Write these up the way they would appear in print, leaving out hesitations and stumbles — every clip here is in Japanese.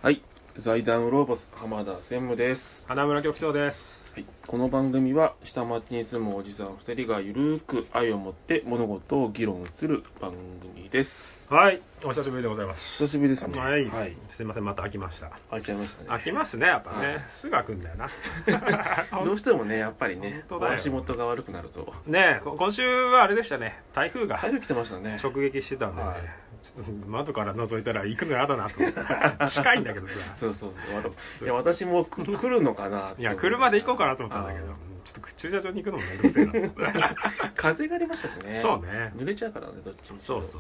はい、財団ウローボス浜田専務です。 花村局長です。 はい、この番組は下町に住むおじさん2人がゆるーく愛を持って物事を議論する番組です。 はい、お久しぶりでございます。 久しぶりですね。 はい、はい、すいません、また飽きました。 飽きちゃいましたね。 飽きますね、やっぱね、はい、すぐ飽くんだよな。 どうしてもね、やっぱりね、足元が悪くなるとね。今週はあれでしたね、台風来てましたね。 直撃してたんでね、はい、ちょっと窓から覗いたら行くの嫌だなと思って近いんだけどさそういや私も来るのかなって。 いや車で行こうかなと思ったんだけど、ちょっと駐車場に行くのもめんどくせえな風がありましたしね。 そうね、 濡れちゃうからね、どっちも。 そう、はい、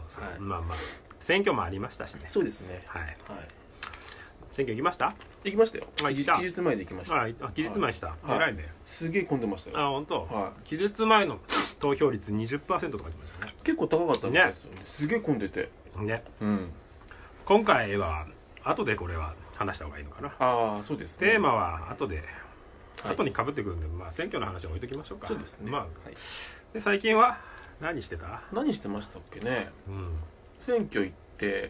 まあ選挙もありましたしね。 そうですね。 はい、選挙行きました？ 行きましたよ。 期日前で行きました。 期日前した。偉いね。 すげえ混んでましたよ。 本当。期日前の投票率 20% とか言ってましたね。 結構高かったみたいですよね。すげえ混んでてね。今回は後でこれは話した方がいいのかな。 そうですね。 テーマは後で後に被ってくるんで、選挙の話は置いときましょうか。 そうですね。 で最近は何してた？ 何してましたっけね。選挙行って。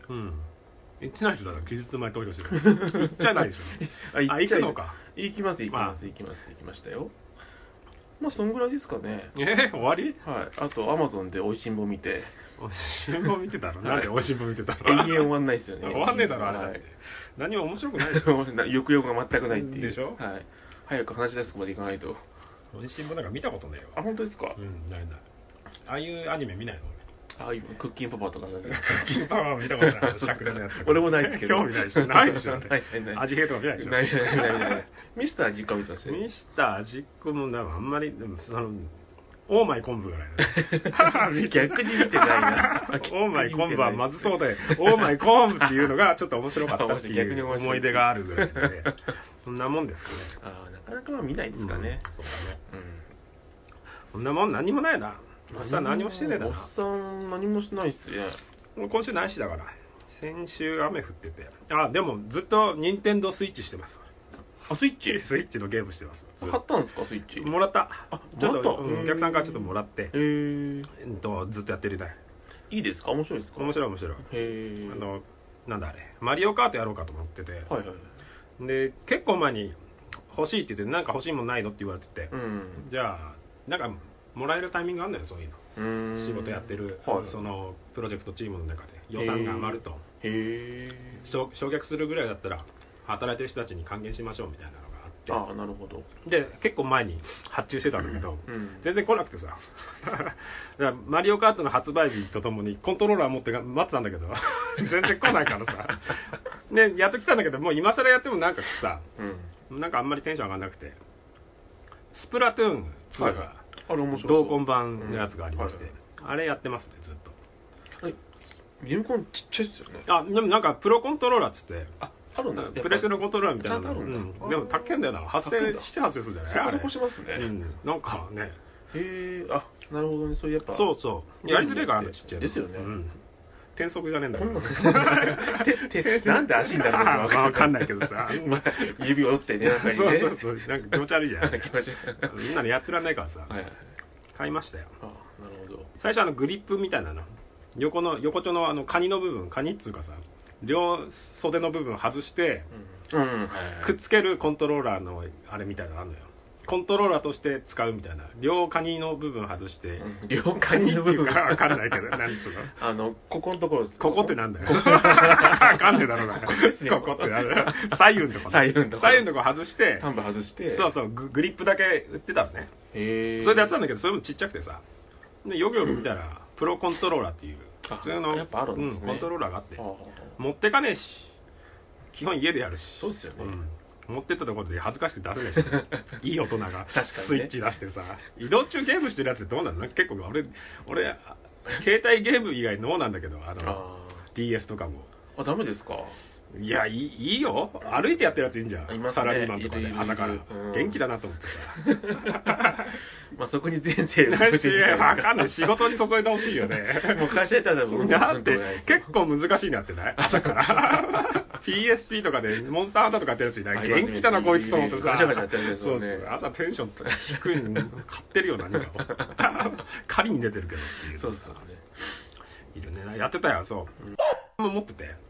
行ってないでしょ。だから期日前投票してる。行っちゃないでしょ。行くのか。 行きましたよ。そんぐらいですかね。 終わり？ はい。あとアマゾンでおいしんぼ見て。 おいしんぼ見てたの？なんでおいしんぼ見てたの？ 永遠終わんないですよね。 終わんねえだろあれだって。何も面白くないでしょ。 抑揚が全くないっていう。 でしょ。 はい。早く話し出すまでいかないと。 おいしんぼなんか見たことねえよ。 本当ですか？ ない。ああいうアニメ見ないの？ クッキンパパとかなんで。 クッキンパパは見たことない。しゃくれのやつ。 俺もないですけど。 興味ないでしょ。ないでしょ。 味変とか見ないでしょ。 ない。ミスター実家見てましたね。 ミスター実家もあんまりオーマイ昆布ぐらい。 逆に見てないな。 オーマイ昆布はまずそうで、オーマイ昆布っていうのがちょっと面白かったっていう思い出があるぐらいで、そんなもんですかね。 なかなか見ないですかね。 そうだね。そんなもん何もないな。おっさん何もしてねえだな。 おっさん何もしてないっすね。 今週ないしだから。先週雨降ってて。でもずっと任天堂スイッチしてます。 スイッチのゲームしてます。 買ったんですか？スイッチもらった。ちょっとお客さんからちょっともらってずっとやってるね。 いいですか？面白いですか？ 面白い。なんだあれ、マリオカートやろうかと思ってて、で結構前に欲しいって言って、なんか欲しいもんないのって言われてて、じゃあなんかもらえるタイミングあるんだよ、そういうの。仕事やってるそのプロジェクトチームの中で予算が余ると、焼却するぐらいだったら働いてる人たちに還元しましょうみたいなのがあって。 なるほど。で結構前に発注してたんだけど、全然来なくてさマリオカートの発売日とともにコントローラー持って待ってたんだけど全然来ないからさでやっと来たんだけど、もう今更やってもなんかさ、なんかあんまりテンション上がんなくて、スプラトゥーン2が同梱版のやつがありまして、あれやってますね、ずっと。 リモコンちっちゃいっすよね。 でもなんかプロコントローラーっつって、 あるんだ。 プレステのコントローラーみたいなの。でも高いんだよな。発生するじゃない。 そこしますね。 なんかね。 なるほどね。それやっぱそうやりづらいからちっちゃいですよね。 転速じゃねえんだけど。なんで足になるのかわかんないけどさ、 指を折ってね。 そうなんか気持ち悪いじゃん。みんなでやってらんないからさ、買いましたよ。 なるほど。 最初グリップみたいなの、横丁のカニの部分、カニっつうかさ、両袖の部分外してくっつけるコントローラーのあれみたいなのあるのよ。コントローラーとして使うみたいな。両カニの部分外して、 両カニの部分か分かんないけど、何つうのここのところです。 ここってなんだよ。分かんねえだろうな。ここって左右のとこ外して、 タンブ外して、 グリップだけ売ってたのね。それでやってたんだけど、それもちっちゃくてさ、でよく見たらプロコントローラーっていう普通のコントローラーがあって、持ってかねえし、基本家でやるし。 そうですよね。 持ってったところで恥ずかしくて出せないしいい大人がスイッチ出してさ、移動中ゲームしてるやつってどうなの？結構俺携帯ゲーム以外ノーなんだけど、DS とかも。 ダメですか？ いや、いいよ。歩いてやってるやついいんじゃん。サラリーマンとかで朝から元気だなと思ってさそこに全盛を全てわかんない。仕事に注いでほしいよね。 もう会社やったらだって結構難しいなってない？朝からPSP とかでモンスターハンターとかやってるやついない？元気だなこいつと思ってさ、そう朝テンション低いの買ってるよ何かを狩りに出てるけどっていう。 そうですよね。 いるね。やってたよ。そう持ってて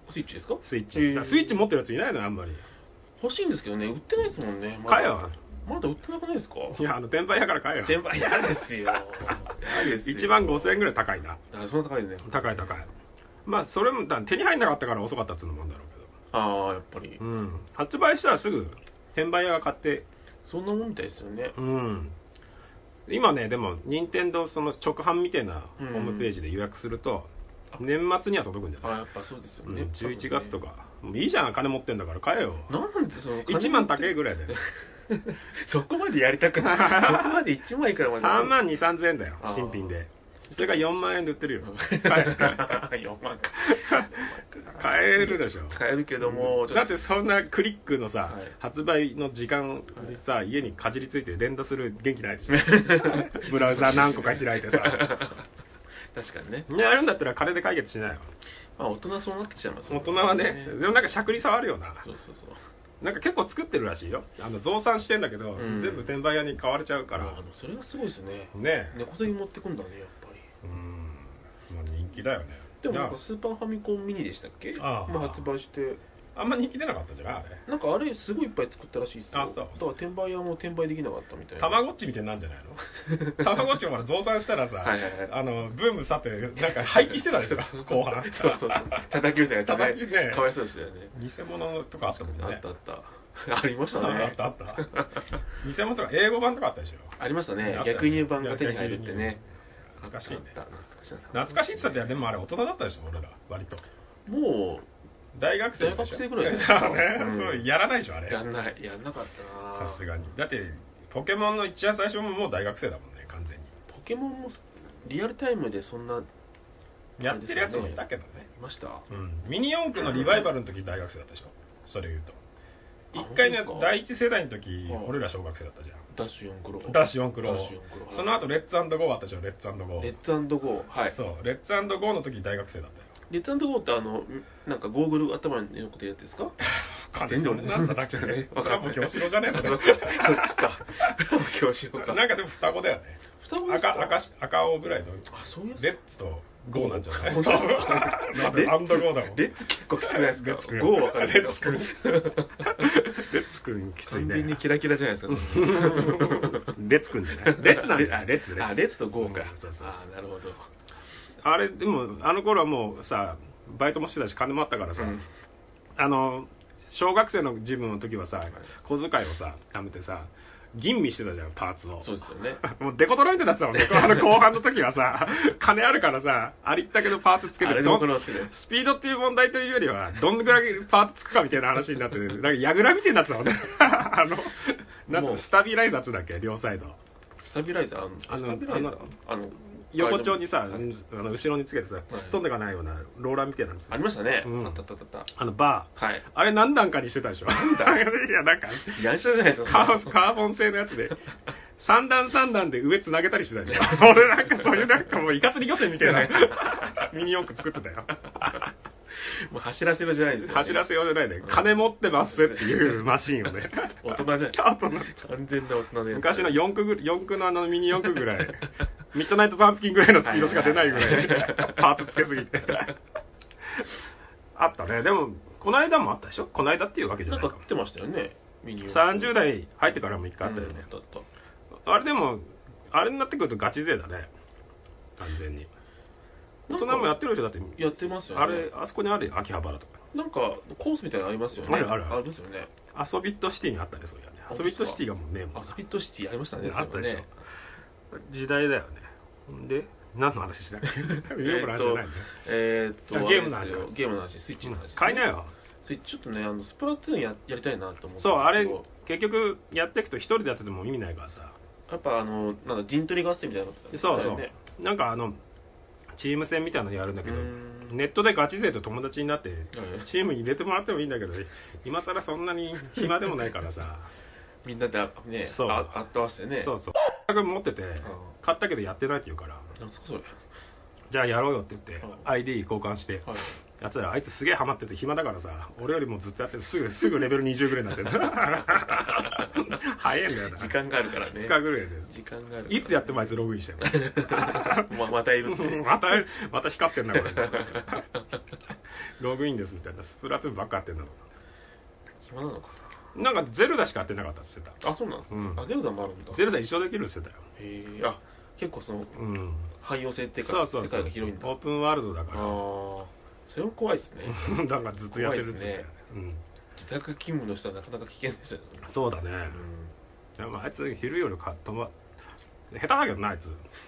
スイッチですか？ スイッチ、スイッチ持ってるやついないのあんまり。 欲しいんですけどね、売ってないですもんね。 買えよ。 まだ売ってなくないですか？ いや、転売屋から買えよ。 転売屋ですよ。 1万5000円ぐらい高いな。 そんな高いね。 高い。まあそれも手に入んなかったから遅かったっつうのもあるんだろうけど。 ああ、やっぱり。 発売したらすぐ転売屋が買って。 そんなもんみたいですよね。 今ね、でも任天堂その直販みたいなホームページで予約すると、年末には届くんじゃない？ やっぱそうですよね。 11月とか。もういいじゃん、金持ってんだから買えよ。 なんでその 1万高いぐらいだよ。 そこまでやりたくない。そこまで1万いくらまで。 3万2、3000円だよ、新品で。それが4万円で売ってるよ。 4万か。 買えるでしょ。 買えるけども、 だってそんなクリックのさ、発売の時間にさ、家にかじりついて連打する元気ないでしょ。ブラウザ何個か開いてさ。 確かにね。 やるんだったら金で解決しないよ。 まあ大人そうなってきちゃいますもんね。大人はね。でもなんかしゃくり触るよな。 そう。 なんか結構作ってるらしいよ。増産してんだけど、全部転売屋に買われちゃうから。 それがすごいですね。 ね。 根こそぎ持ってくんだね、やっぱり。 まあ人気だよね。 でもなんかスーパーファミコンミニでしたっけ？発売して。 あんま人気出なかったんじゃないあれ。 なんかあれすごいいっぱい作ったらしいですよ。 そう。 だから転売屋も転売できなかったみたいな。 たまごっちみたいになんじゃないの？たまごっちも増産したらさ、ブーム去ってなんか廃棄してたでしょ後半。 そう。叩きみたいな叩きね。かわいそうでしたよね。 偽物とかあったもんね。 あった。ありましたね。 あった。偽物とか英語版とかあったでしょ。 ありましたね。逆輸入版が手に入るってね。 懐かしいね。懐かしいって言ったってでもあれ大人だったでしょ俺ら割と。 もう大学生ぐらいですかね。そうやらないでしょあれ。 やんなかったな。さすがに。だってポケモンの一番最初ももう大学生だもんね完全に。 ポケモンもリアルタイムでそんなやってるやつもいたけどね。 いました。 ミニ四駆のリバイバルの時大学生だったでしょ。それ言うと。一回ね第一世代の時俺ら小学生だったじゃん。 ダッシュ 4クロ。その後レッツ&ゴーあったじゃん。レッツ&ゴー。 レッツ&ゴー。はい。 そうレッツ&ゴーの時大学生だったよ。 レッツ&ゴーってなんかゴーグル頭に乗ってるやつですか？ 全然なんだっけね。もう京志郎じゃねえそれ。そっちか。京志郎か。 なんかでも双子だよね。 双子ですか？ 赤青ぐらいの。 そういうやつ。 レッツとゴーなんじゃない？ そう。 アンドゴーだもん。 レッツ結構きつくないですか？ゴーわかる。 レッツくんきついね。 完全にキラキラじゃないですか。 レッツくんじゃない？レッツなんだ。レッツ。 レッツとゴーか。なるほど。 あれでもあの頃はもうさバイトもしてたし金もあったからさ、小学生の自分の時はさ小遣いをさ貯めてさ吟味してたじゃんパーツを。 そうですよね。 もうデコトラみたいになってたもんね。後半の時はさ金あるからさありったけどパーツつけてスピードっていう問題というよりはどんぐらいパーツつくかみたいな話になってなんかヤグラみたいになってたもんね。なんつスタビライザーつだっけ両サイド。 スタビライザー横丁にさ後ろにつけてさ突っ飛んでかないようなローラーみたいなんですよ。 ありましたね。あったバー、あれ何段かにしてたでしょ。いやなんかやんしゃじゃないですか。カーボン製のやつで3段で上つなげたりしてたでしょ。俺なんかそういうなんかもうイカ釣り漁船みたいなミニ四駆作ってたよ。 もう走らせようじゃないですよ。 走らせようじゃないね。金持ってますっていうマシンをね。 大人じゃん。 大人。 完全な大人で。 昔の四駆のミニ四駆ぐらい。ミッドナイトパンプキンぐらいのスピードしか出ないぐらいパーツつけすぎてあったね。でもこの間もあったでしょ。この間っていうわけじゃないか。 なんか出ましたよね。 30代入ってからも1回あったよね。あれでもあれになってくるとガチ勢だね完全に。大人もやってるでしょ。だってやってますよね。 あそこにある秋葉原とかなんかコースみたいなのありますよね。 あるありますよね。 アソビットシティにあったね。そうやね。アソビットシティがもうねアソビットシティありましたね。 あったでしょ。時代だよね。で何の話したっけ？よく話じゃないね。ゲームの話、スイッチの話。買いなよ。 スイッチちょっとねスプラトゥーンやりたいなと思って。 そうあれ結局やっていくと一人でやってても意味ないからさ。 やっぱなんか陣取り合戦みたいなの。 そうなんかチーム戦みたいなのやるんだけどネットでガチ勢と友達になってチームに入れてもらってもいいんだけど今更そんなに暇でもないからさ。 みんなでねあって合わせてね。 そう持ってて買ったけどやってないって言うからなんすかそれ。 じゃあやろうよって言って ID 交換してやったらあいつすげえハマってて暇だからさ俺よりもずっとやっててすぐレベル20ぐらいになってる。早いんだよな。 時間があるからね。 2日ぐらいで時間がある。 いつやってもあいつログインしてる。 またいるって。 また光ってんだこれ。 ログインですみたいな、スプラトゥーンばっかやってんだろう。 暇なのかなんかゼルダしかやってなかったって言ってた。あ、そうなんですか、あ、ゼルダもあるんだ。 ゼルダ一生できるって言ってたよ。 へえ。あ、結構その、汎用性っていうか、世界が広いんだ。 オープンワールドだから。ああ、 それも怖いですね。 だからずっとやってるっつってね。 自宅勤務の人はなかなか危険ですよね。 そうだね。でもあいつ昼夜下手だけどな、あいつ。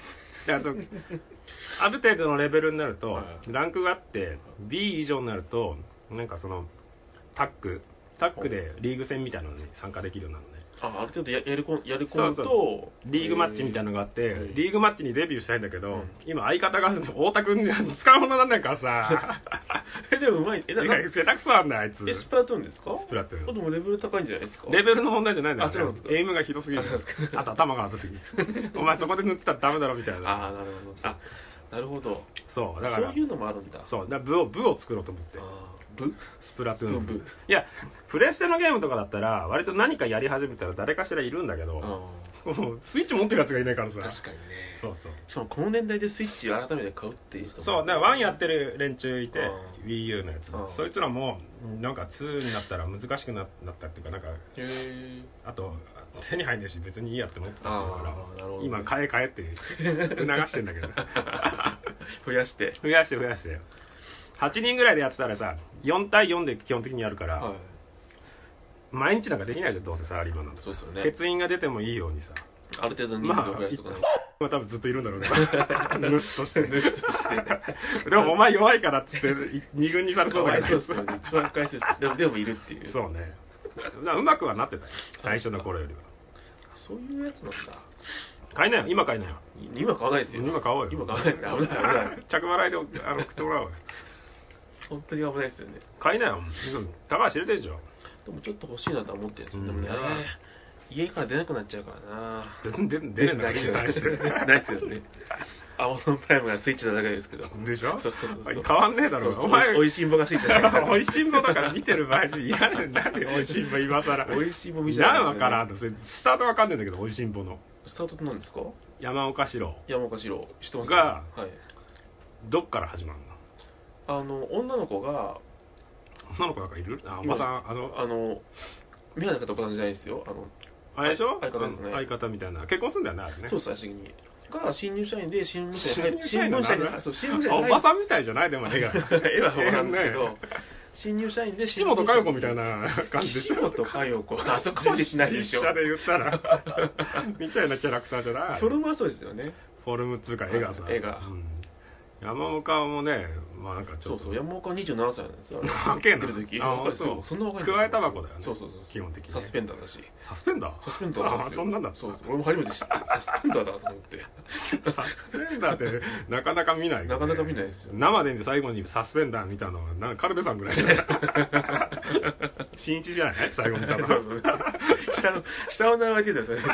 ある程度のレベルになるとランクがあって、 B 以上になるとなんかそのタックでリーグ戦みたいなのに参加できるようになるね。 ある程度やるコンとリーグマッチみたいなのがあって、リーグマッチにデビューしたいんだけど、今相方が太田君に使うものなんだからさでもうまい。 下手くそなんだあいつ。 スプラトゥーンですか？ スプラトゥーン。 でもレベル高いんじゃないですか？ レベルの問題じゃないんだよ。エイムがひどすぎる。 あと頭が熱すぎるお前そこで塗ってたらダメだろみたいな。 ああ、なるほど。あ、なるほど。 そうだからそういうのもあるんだ。 そうだから部を作ろうと思って。スプラトゥーン部。いやプレステのゲームとかだったら割と何かやり始めたら誰かしらいるんだけど、スイッチ持ってるやつがいないからさ。 確かにね。 そうそう。 しかもこの年代でスイッチ改めて買うっていう人も。 そうだから1やってる連中いて WiiU のやつ、そいつらもなんか2になったら難しくなったっていうか、なんかあと手に入んねえし別にいいやって思ってたから、今買えって促してんだけど増やして 8人ぐらいでやってたらさ、4対4で基本的にやるから、毎日なんかできないじゃん、どうせサラリーマンなんだ。 そうですよね。 欠員が出てもいいようにさ、 ある程度人数を増やすとかね。 多分ずっといるんだろうね主としてでもお前弱いからっつって2軍にされそうだけど、 そうですよね。一番回数してでもいるっていう。 そうね。うまくはなってたよ、最初の頃よりは。 そういうやつなんだ。 買いなよ、今買いなよ。 今買わないですよ。 今買おうよ。 今買わないんだ。危ない着払いで送ってもらおうよ。 本当に危ないですよね。 買いなよ。高橋入れてるでしょ。 でもちょっと欲しいなと思ってるんですよ。でもね、家から出なくなっちゃうからな。 別に出ねえんだけどないですよね。アマゾンプライムがスイッチなだけですけど。 でしょ。変わんねえだろ。 お前おいしんぼがスイッチだから。 おいしんぼだから見てる場合じゃいらねえんだよ。おいしんぼ今更。 おいしんぼ見ちゃう。 何わからんと。スタートわかんねえんだけど、おいしんぼの。 スタートって何ですか？ 山岡四郎。 山岡四郎。知ってますが、どっから始まるの？女の子なんかいる？おばさん、 メガネかったおばさんじゃないですよ。 あれでしょ？ 相方ですね。 相方みたいな。結婚するんだよね、あれね。 そう、最終的に。が新入社員で新聞社におばさんみたいじゃない？でも絵が絵はそうなんですけど、新入社員で岸本佳代子みたいな感じでしょ。 岸本佳代子、あそこまでしないでしょ。 実写で言ったらみたいなキャラクターじゃない？ フォルムはそうですよね。 フォルムっつうか絵がさ、山岡もね、まあなんかちょっと、 そう山岡27歳なんですよ。 若えな。 そんな若い。 加えタバコだよね。 そう基本的に。 サスペンダーだし。 サスペンダーなんですよ。そんなんだ。 そう、俺も初めて知った。サスペンダーだと思って。 サスペンダーってなかなか見ない。 なかなか見ないですよ。 生で見て最後にサスペンダー見たのはなんかカルベさんぐらいじゃない？新一じゃない？最後見たの。 下を並べてたよね。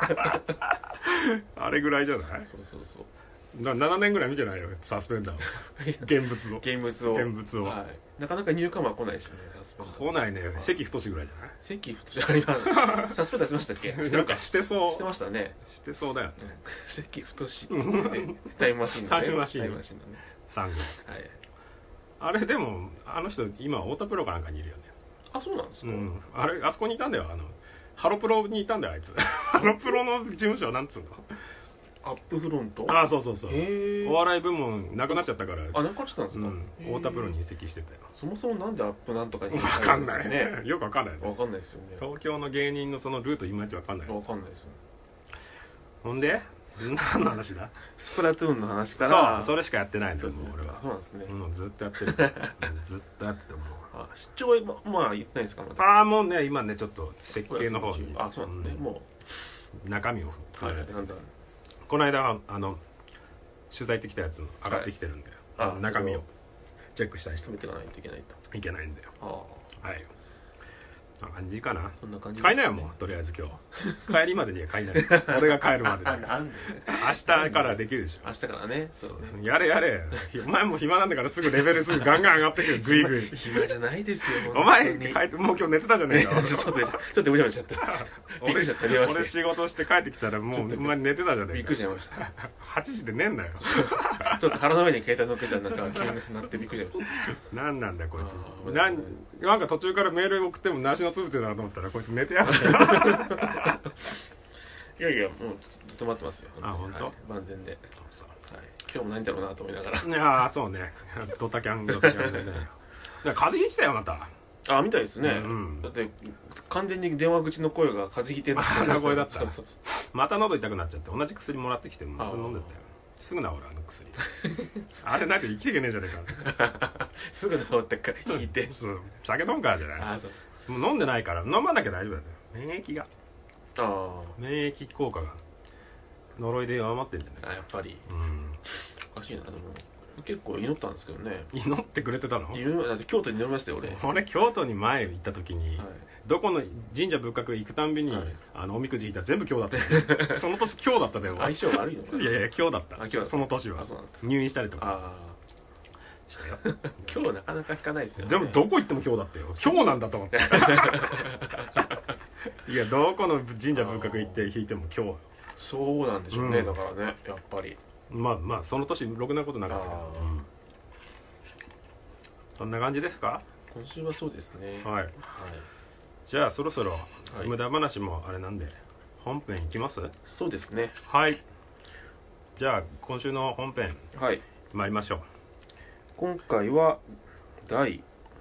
あれぐらいじゃない？ そう。 7年ぐらい見てないよ、サスペンダーを。現物を。 なかなかニューカマー来ないしね。 来ないね。関太ぐらいじゃない？ 関太今サスペンダーしましたっけ？ なんかしてそう。 してましたね。 してそうだよね。 関太タイムマシンのね。 サンゴ。あれでもあの人今太田プロかなんかにいるよね。 あ、そうなんですか？ あれあそこにいたんだよ。ハロプロにいたんだよ、あいつ。ハロプロの事務所なんつうの？ アップフロント。 ああ、そう。お笑い部門なくなっちゃったから。 あ、なくなっちゃったんですか？ 太田プロに移籍してたよ。 そもそもなんでアップなんとかに。 わかんないね。よくわかんない。 わかんないですよね。 東京の芸人のそのルートいまいちわかんない。 わかんないですよ。 ほんで何の話だ？ スプラトゥーンの話から。 そう、それしかやってないんですよ、俺は。 そうなんですね。 ずっとやってる。ずっとやってても。 出張はまあ言ってないですか？ ああ、もうね、今ね、ちょっと設計の方に。 あ、そうなんですね。もう中身を詰めて。 この間取材ってきたやつ上がってきてるんで、中身をチェックしたい人止めていかないといけないと。 いけないんだよ。はい。 そんな感じかな。 そんな感じ、 帰んないよもうとりあえず今日帰りまでには帰んない俺が帰るまでに明日からできるでしょ。 明日からね。そうね。 やれやれお前も暇なんだからすぐレベルすぐガンガン上がってくるグイグイ。 暇じゃないですよお前帰ってもう今日寝てたじゃねえかちょっと無茶しちゃったびっくりしちゃった。 俺仕事して帰ってきたらもうお前寝てたじゃねえか。 びっくりしちゃいました 8時で寝んなよちょっと腹の上に携帯乗っけちゃなんか急になってびっくりしちゃいました何なんだよこいつ。なんか途中からメール送っても梨のつぶてるなと思ったらこいつ寝てやがっていやいやもうずっと待ってますよ。 あ本当、 はい、万全で、はい、今日も何だろうなと思いながら。 いやそうねドタキャンでね風邪ひいてたよまた。 あみたいですね、だって完全に電話口の声が風邪ひいてる鼻声だった。 そうそうまた喉痛くなっちゃって同じ薬もらってきてまた飲んでたよ。すぐ治るあの薬あれなんか生きていけねえじゃねえかすぐ治ったから引いてそう酒飲むからじゃない。 あそうもう飲んでないから飲まなきゃ大丈夫だよ。免疫が免疫効果が呪いで弱まってるんじゃない。 やっぱり、おかしいな。でも結構祈ったんですけどね。 祈ってくれてたの？ だって京都に祈りましたよ俺京都に前行った時に、どこの神社仏閣行くたんびに、おみくじ引いたら全部今日だったその年今日だったでも相性悪いのかな。 いや今日だったその年は入院したりとかしたよ今日なかなか引かないですよね。 でもどこ行っても今日だったよ。今日なんだと思っていやどこの神社仏閣行って引いても今日。 そうなんでしょうね、だからねやっぱりまあその年ろくなことなかったけど、そんな感じですか今週は。そうですね。 はい、じゃあそろそろ無駄話もあれなんで本編いきます。 そうですね。 はい、じゃあ今週の本編参りましょう。 今回は第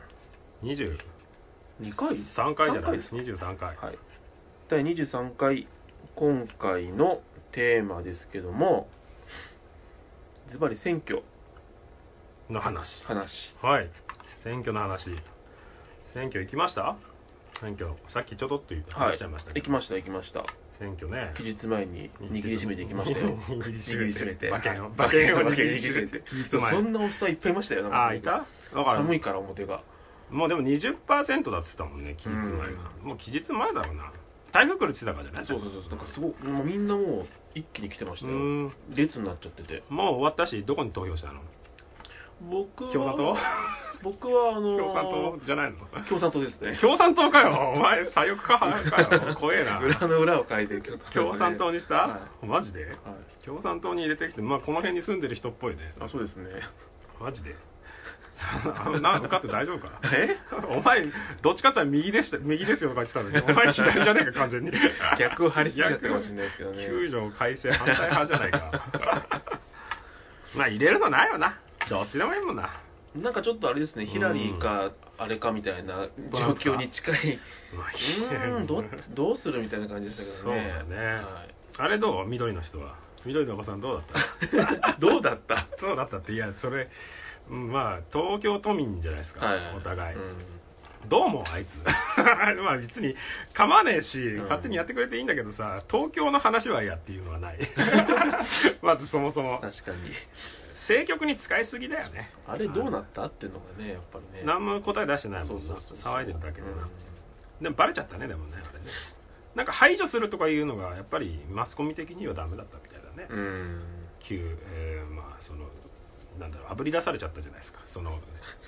22 回 3回じゃないです。23回、 第23回今回のテーマですけども、ズバリ選挙の話。 はい、 選挙の話。選挙行きました？選挙さっきちょっと話しちゃいましたけど、 行きました。 選挙ね、 期日前に握りしめて行きましたよ握りしめて馬券を握りしめて期日前。 そんなおっさんいっぱいいましたよ。 いた？ 寒いから表がもうでも 20% だって言ってたもんね期日前が。もう期日前だろうな。台風来るって言ってたからじゃない？ そうなんかすごいもうみんなもう一気に来てましたよ。列になっちゃってて。 もう終わったし、どこに投票したの？ 僕は共産党？ 僕は共産党じゃないの？ 共産党ですね。 共産党かよお前左翼か派かよ怖えな裏の裏を書いて共産党にした？マジで？共産党に入れてきて、まあこの辺に住んでる人っぽいね。 そうですね。 マジでなんか受かって大丈夫か？お前どっちかって言ったら右ですよとか言ってたのに、お前左じゃねえか完全に。 逆を張りすぎちゃったかもしれないですけどね。 9条改正反対派じゃないかまあ入れるのないよな、どっちでもいいもんな。 なんかちょっとあれですね、ヒラリーかあれかみたいな状況に近い。どうするみたいな感じでしたけどね。 そうだね、あれどう？緑の人は、緑のおばさんどうだったどうだったそうだったって、いやそれまあ東京都民じゃないですか、お互い、どう思うあいつまあ別に構わねえし、勝手にやってくれていいんだけどさ、東京の話はやっていうのはないまずそもそも確かに政局に使いすぎだよね。 あれどうなったっていうのがね、やっぱりね何も答え出してないもんな、騒いでるだけでな。でもバレちゃったね、でもねあれね。なんか排除するとかいうのがやっぱりマスコミ的にはダメだったみたいだね。まあそのなんだろう、あぶり出されちゃったじゃないですか、その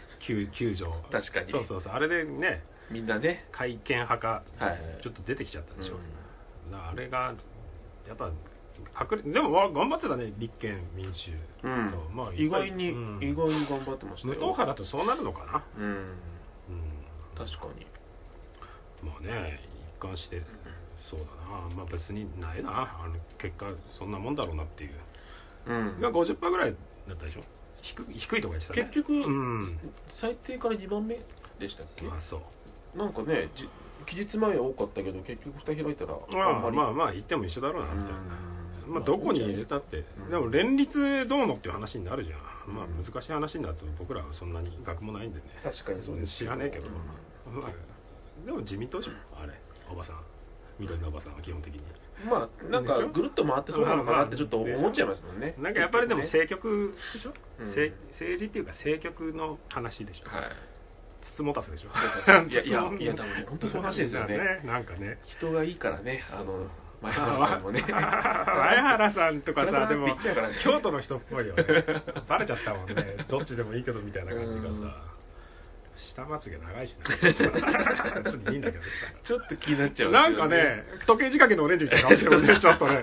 9条。確かにそうあれでね、みんなね改憲派かちょっと出てきちゃったでしょ。あれがやっぱでも頑張ってたね、立憲民主と、まあ意外に頑張ってましたよ。無党派だとそうなるのかな。確かに。まあね、一貫してそうだな。まあ別にないな、結果そんなもんだろうなっていう。が 50% ぐらいだったでしょ。低いとか言ってたね結局。最低から2番目でしたっけ。あ、そうなんかね、期日前は多かったけど結局蓋開いたらまあ言っても一緒だろうなみたいな。まあどこに入れたって、でも連立どうのっていう話になるじゃん。まあ難しい話になると僕らはそんなに学もないんでね。確かにそうです。知らねえけど、まあでも自民党じゃんあれ、おばさん、緑のおばさんは基本的に。まあなんかぐるっと回ってそうなのかなってちょっと思っちゃいますもんね。なんかやっぱりでも政局でしょ。政治っていうか政局の話でしょ。 つつもたせでしょ。 いや多分本当そういう話ですよね。 なんかね、 人がいいからね、前原さんもね。 前原さんとかさ、でも京都の人っぽいよね。バレちゃったもんね。どっちでもいいけどみたいな感じがさ。下まつげ長いしな。別にいいんだけどさ。 ちょっと気になっちゃう。 なんかね、時計仕掛けのオレンジみたいな顔してるね、ちょっとね。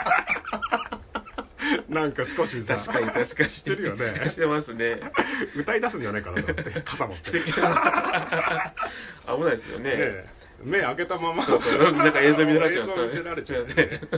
なんか少しさ、 確かにしてるよね。 してますね。 歌い出すんじゃないかなと思って、傘持って。危ないですよね。 目開けたまま。 なんか映像見られちゃう。 映像見せられちゃうね。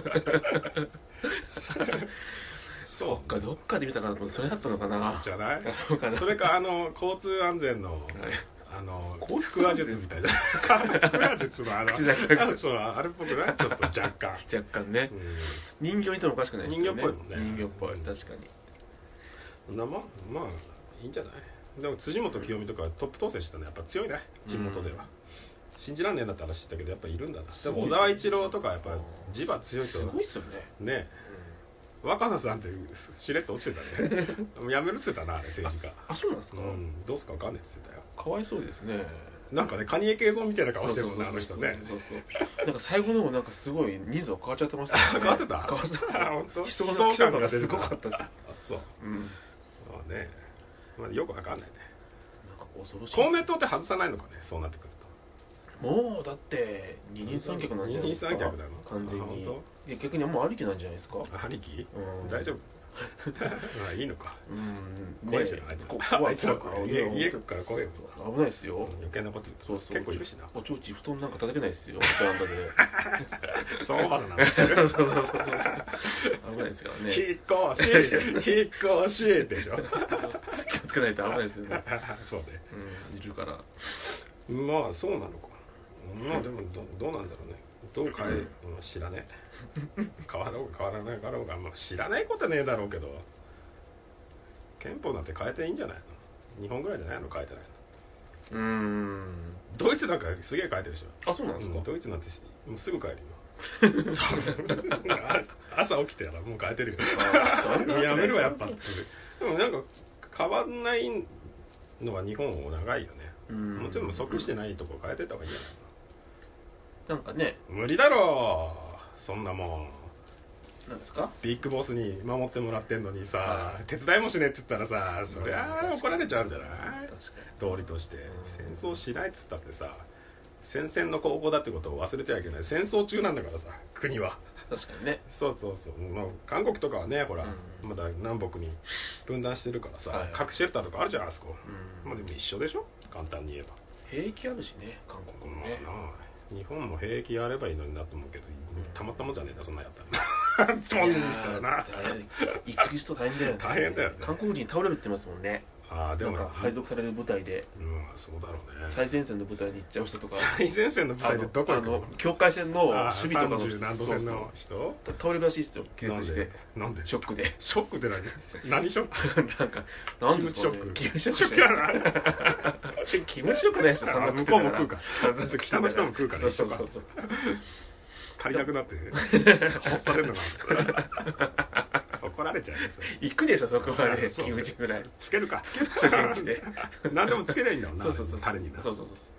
そうか、どっかで見たかな、それだったのかな。 じゃない？それか交通安全の腹話術みたいな。腹話術のそうあれっぽくない？ちょっと若干ね。人形にいてもおかしくないですよね。 人形っぽいもんね。 人形っぽい、確かに。 まあいいんじゃない？でも辻元清美とかトップ当選したのやっぱ強いね、地元では。信じらんねえんだって話したけどやっぱいるんだな。でも小沢一郎とかやっぱ地場強いと。 すごいっすよね。 ね。若狭さんってしれっと落ちてたね。やめるって言ってたな、あれ政治家。 あ、そうなんですか。 どうすか分かんないって言ってたよ。 かわいそうですね。 なんかね、カニエ系像みたいな顔してるもんね、あの人ね。 なんか最後の方なんかすごい人数変わっちゃってましたね。 変わってた？ 変わってた。 本当？ 人の感がすごかったです。 あ、そう。まあね、よく分かんないね。 なんか恐ろしい。 公明党って外さないのかね、そうなってくると。 もうだって二人三脚なんじゃないですか。 二人三脚だの。 完全に。逆にもうありきなんじゃないですか。 ありき？大丈夫。いいのか。 怖いしな、 あいつら家から怖いよ。 危ないですよ。 余計なこと言うと結構いるしな。 おちょうち布団なんか叩けないですよ。ベランダで。 そうまだな。 そう。危ないですからね。 引っ越しでしょ。 気をつけないと危ないですよね。 そうで。 いるから。 まあそうなのか。まあでもどうなんだろうね。どう変え知らねえ。変わろうか変わらないかろうが、まあ、知らないことはねえだろうけど、憲法なんて変えていいんじゃないの？日本ぐらいじゃないの変えてないの。ドイツなんかすげえ変えてるでしょ。 あ、そうなんですか。 ドイツなんてもうすぐ変えるよ。朝起きてたらもう変えてるよ。やめるわやっぱっつでもなんか変わんないのは日本も長いよね。もちろん即してないとこ変えてった方がいいんじゃないの。 なんかね、 無理だろうそんなもん。 なんですか？ ビッグボスに守ってもらってんのにさ、手伝いもしねえって言ったらさ、そりゃ怒られちゃうんじゃない？道理として戦争しないっつったってさ、戦線の後方だってことを忘れてはいけない。戦争中なんだからさ、国は。 確かにね。 そう、まあ、韓国とかはね、ほら、まだ南北に分断してるからさ、核シェルターとかあるじゃん、あそこ。まあでも一緒でしょ、簡単に言えば。 兵器あるしね、韓国もね。 日本も兵役やればいいのになと思うけど、たまったもんじゃねえんだ、そんなやったら。つまんねえんですからな。 行く人大変だよね。 大変だよね。 韓国人倒れるって言いますもんね。 でもなんか配属される部隊で、 そうだろうね。 最前線の部隊に行っちゃう人とか。 最前線の部隊でどこ行くの？ 境界線の守備とかの 30何度線の人倒れるらしいですよ。気絶して。 なんで？ ショックで。 ショックって何ショック？ なんかなんでショック？キムショックやな。キムショックない人そんな向こうも食うか。北の人も食うから一緒か。足りなくなって干されるのか。怒られちゃうやつ。 行くでしょそこまで。キムチぐらいつけるか。 つけるキムチで。 何でもつけりゃいいんだもんな。 そうタレにな。 そう。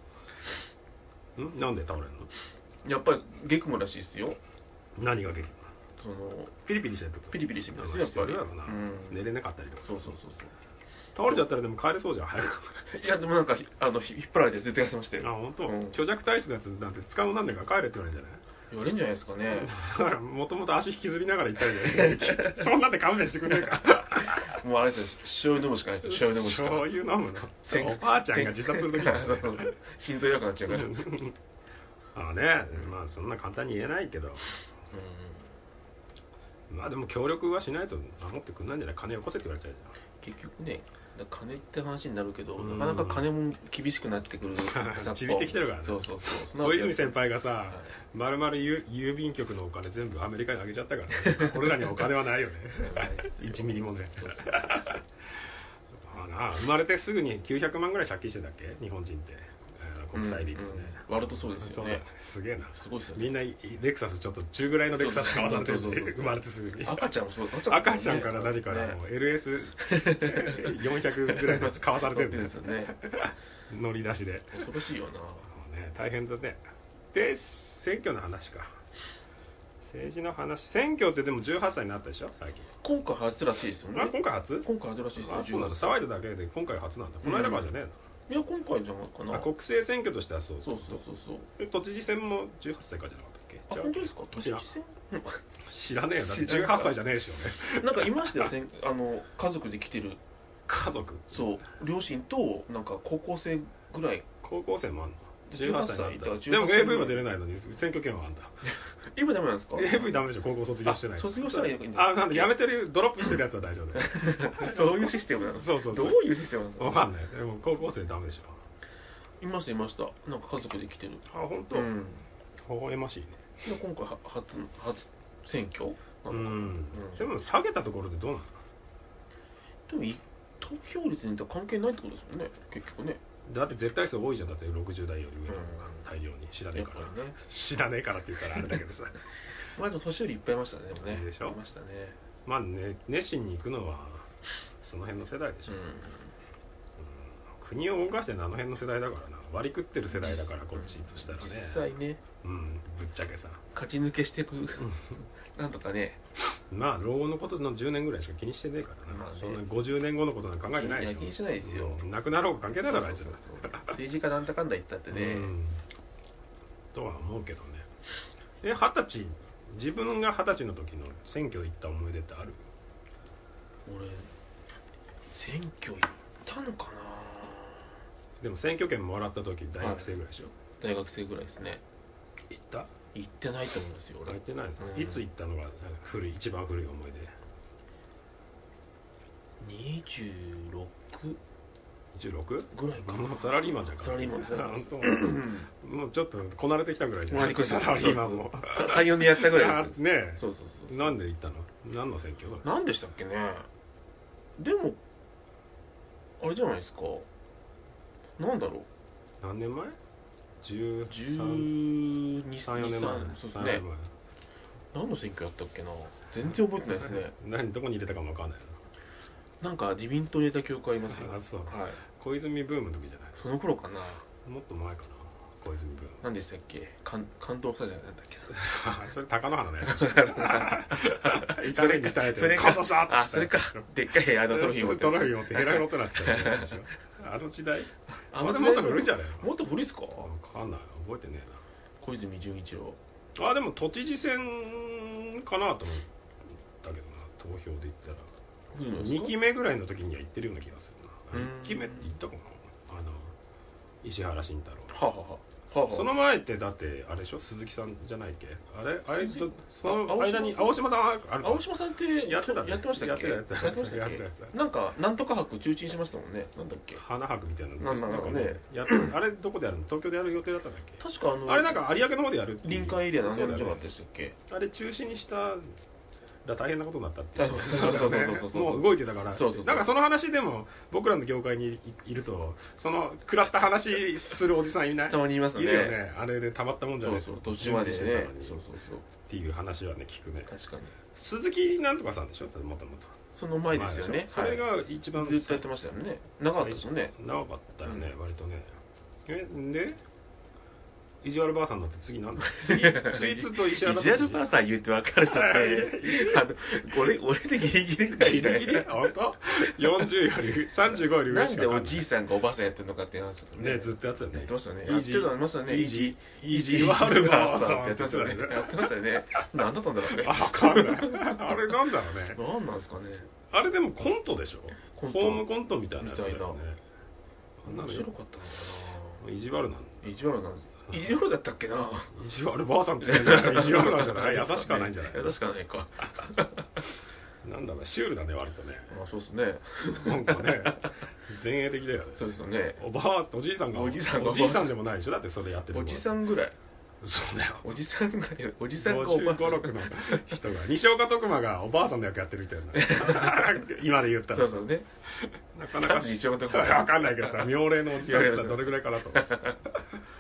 なんで倒れるの？やっぱり激務らしいですよ。 何が激務？ そのピリピリしてるってこと？ ピリピリしてるんですよやっぱり。 寝れなかったりとか。 そう。 倒れちゃったらでも帰れそうじゃん早く。 いやでもなんか引っ張られて出てかせましたよ。 あ本当。虚弱体質のやつなんて使うなんでか帰れって言われるんじゃない？ 言われるんじゃないですかね。 だからもともと足引きずりながら行ったんじゃない？そんなんで勘弁してくれねえか。 もうあれですよ、醤油飲むしかないですよ。醤油飲むしか。 醤油飲むの。おばあちゃんが自殺する時に心臓弱くなっちゃうから。 まあそんな簡単に言えないけど、まあでも協力はしないと守ってくんないんじゃない？金よこせって言われちゃうじゃん。結局ね、金って話になるけど、なかなか金も厳しくなってくる。 ちびってきてるからね。 そう。 小泉先輩がさ、まるまる郵便局のお金全部アメリカにあげちゃったからね。俺らにはお金はないよね。1ミリもね。生まれてすぐに900万ぐらい借金してたっけ？日本人って。 国際リーグね、 割るとそうですよね。 すげえな、 すごいですよね。 みんなレクサスちょっと中ぐらいのレクサス買わされてるんで、生まれてすぐに赤ちゃんもそう、 赤ちゃんから何からもう LS400 ぐらいのやつ買わされてるんですよね。乗り出しで恐ろしいよな、 ね、大変だね。で選挙の話か、政治の話。選挙ってでも18歳になったでしょ最近。 今回初らしいですよね。 今回初らしいですよ。 そうなんだ、騒いだだけで今回初なんだ。この間からじゃねえの。 いや今回じゃないかな。 国政選挙としてはそうそう都知事選も18歳からじゃなかったっけ。 本当ですか。都知事選知らねえよ、だって18歳じゃねえしよね。 なんかいましたよ家族で来てる。 家族、 そう、両親となんか高校生ぐらい。 高校生もあんの。18歳だ。 でも AV は出れないのに選挙権はあんだ。 今ダメなんですか。 AV ダメでしょ、高校卒業してない。 卒業したらいいんですか。なんでやめてる、ドロップしてるやつは大丈夫だよ。 そういうシステムなんですか。 そうどういうシステムなんですか。 わかんない。でも高校生ダメでしょ。 いましたなんか家族で来てる。 あ、本当。微笑ましいね。 今回初選挙。 でも下げたところでどうなの。 でも投票率に関係ないってことですもんね結局ね。 だって絶対数多いじゃん。だって60代より上の方が大量に。知らねえから、知らねえからって言ったらあれだけどさまあでも年寄りいっぱいいましたね。でもね、 いいでしょ。 いましたね。 まあね、熱心に行くのはその辺の世代でしょ。国を動かしてるのはあの辺の世代だからな。割り食ってる世代だからこっちとしたらね。 実際ね、 ぶっちゃけさ勝ち抜けしていくなんとかね。 まあ老後のことの10年ぐらいしか気にしてねえからな、そんな50年後のことなんか考えてないでしょ。 気にしないですよ。 亡くなろうが関係ないだろあいつ。 政治家なんだかんだ言ったってね。 とは思うけどね。20歳、自分が20歳の時の選挙行った思い出ってある？ 俺選挙行ったのかな。 でも選挙権もらった時大学生ぐらいでしょ。 大学生ぐらいですね。 行った？ 行ってないと思うんですよ俺。 行ってない。いつ行ったのが一番古い思い出。26ぐらいかな。もうサラリーマンじゃんか。 サラリーマンですもうちょっとこなれてきたぐらいじゃない。サラリーマンも 34年やったぐらいですね。そうなんで行ったの？何の選挙？ 何でしたっけね。でもあれじゃないですか。なんだろう。 何年前 ？12、 3、4年前。 そうですね。何の選挙やったっけな。全然覚えてないですね。 どこに入れたかも分かんないな。なんか自民党に入れた記憶ありますよ。 あ、そう。小泉ブームの時じゃない。 その頃かな。 もっと前かな。小泉ブーム。 何でしたっけ。関東スタジアムなんだっけ。 それ貴乃花のやつ。 それか。あ、それか。でっかいトロフィー持って。 トロフィー持ってヘラヘラってなってた。あの時代。もっと古いんじゃないの？ もっと古いっすか？ わかんない。覚えてねえな。 小泉純一郎。 でも都知事選かなと思ったけどな。投票で言ったら2期目ぐらいの時には行ってるような気がするな。1期目って行ったかな。石原慎太郎。その前ってだってあれでしょ、鈴木さんじゃないっけ。あれとその間に青島さん青島さんってやってましたっけ。なんかなんとか博中止しましたもんね。なんだっけ、 花博みたいななんかね。 あれどこでやるの？東京でやる予定だったんだっけ。 確かあれなんか有明の方でやるっていう臨海エリアなんじゃなかったでしたっけ。 あれ中止にしたら大変なことになったっていう。もう動いてたから。なんかその話でも僕らの業界にいるとその食らった話するおじさんいない？ たまにいますね。 いるよね。あれでたまったもんじゃない。 途中までね。 っていう話はね聞くね。 確かに。 鈴木なんとかさんでしょ。もともと。 その前ですよね。 それが一番ずっとやってましたよね。長かったですよね。 長かったよね割とね。で意地悪ばあさんだって次なんだ。ツイートと石原意地悪ばあさん言って分かる人って俺でギリギリぐらいじゃない。 ギリギリ本当？40より35より上しか。 なんでおじいさんがおばあさんやってるのかっていう話だね。ずっとやってたよね。 やってましたね。やってましたね。意地悪ばあさんやってましたね。やってましたね。何だったんだろうね。 分かんない。あれなんだろうね。 何なんですかね。 あれでもコントでしょ。ホームコントみたいなやつだよね。 面白かったのかな。意地悪なんだ。 意地悪なんです。意地悪だったっけな。 意地悪ばあさんって言うんだから意地悪なんじゃない？優しくはないんじゃない？ 優しくはないか。 なんだろう、シュールだね割とね。 そうですね。 なんかね前衛的だよね。 そうですよね。 おじいさんでもないでしょ。だってそれやってるおじさんぐらい。 そうだよ。 おじさんがおばあさん。 55、6の人が西岡徳馬がおばあさんの役やってるみたいな。今で言ったら。 そうね。 なかなか西岡徳馬分かんないけどさ、妙齢のおじさんってどれぐらいかなと思って。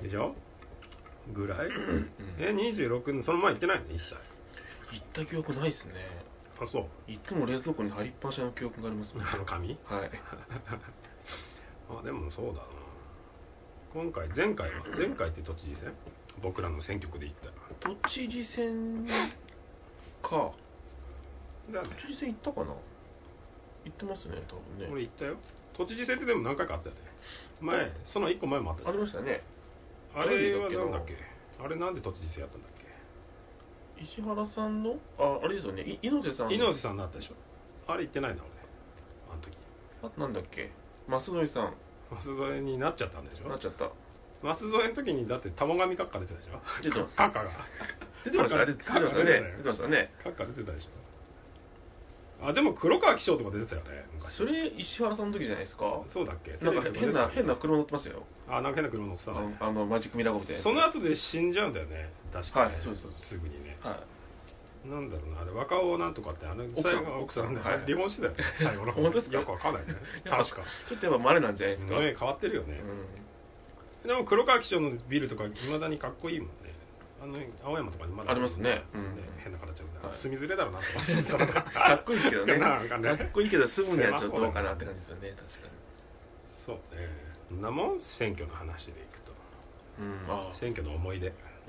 でしょぐらい、26その前行ってないの一切。 行った記憶ないっすね。 あ、そう。 行っても冷蔵庫に貼りっぱなしの記憶がありますもん。 紙。 はいあ、でもそうだな。前回って都知事選、僕らの選挙区で行った都知事選かだ、ね、 都知事選行ったかな。行ってますね多分ね。 俺行ったよ。都知事選ってでも何回かあったよね。前その1個前もあったありましたね。 あれはなんだっけ。あれなんで都知事選やったんだっけ。 石原さんのあれですよね。猪瀬さんになったでしょ。あれ行ってないな俺あの時。 なんだっけ、舛添さん。 舛添になっちゃったんでしょ。 なっちゃった。 舛添の時にだって玉神閣下出てたでしょ。 出てます。 閣下が出てましたね。出てましたね。 閣下出てたでしょ。あ、でも黒川紀章とか出てたよね昔。 それ石原さんの時じゃないですか。 そうだっけ。 なんか変な車乗ってますよ。 あ、なんか変な車乗ってた。 マジックミラー号みたいな。 その後で死んじゃうんだよね確かに。 はい、そうすぐにね。 はい。 なんだろうな、あれ若尾なんとかって奥さんね、離婚してたよね最後の方。 本当ですか。 よくわかんないね確か。 ちょっとやっぱ稀なんじゃないですか。 ね、変わってるよね。でも黒川紀章のビルとか未だにかっこいいもんね。青山とかにまだありますね。 変な形の住みづれだろうなと思って。 かっこいいですけどね。 かっこいいけど住むにはちょっとどうかなって感じですよね。確かに。 そうね。そんなもん選挙の話でいくと。選挙の思い出。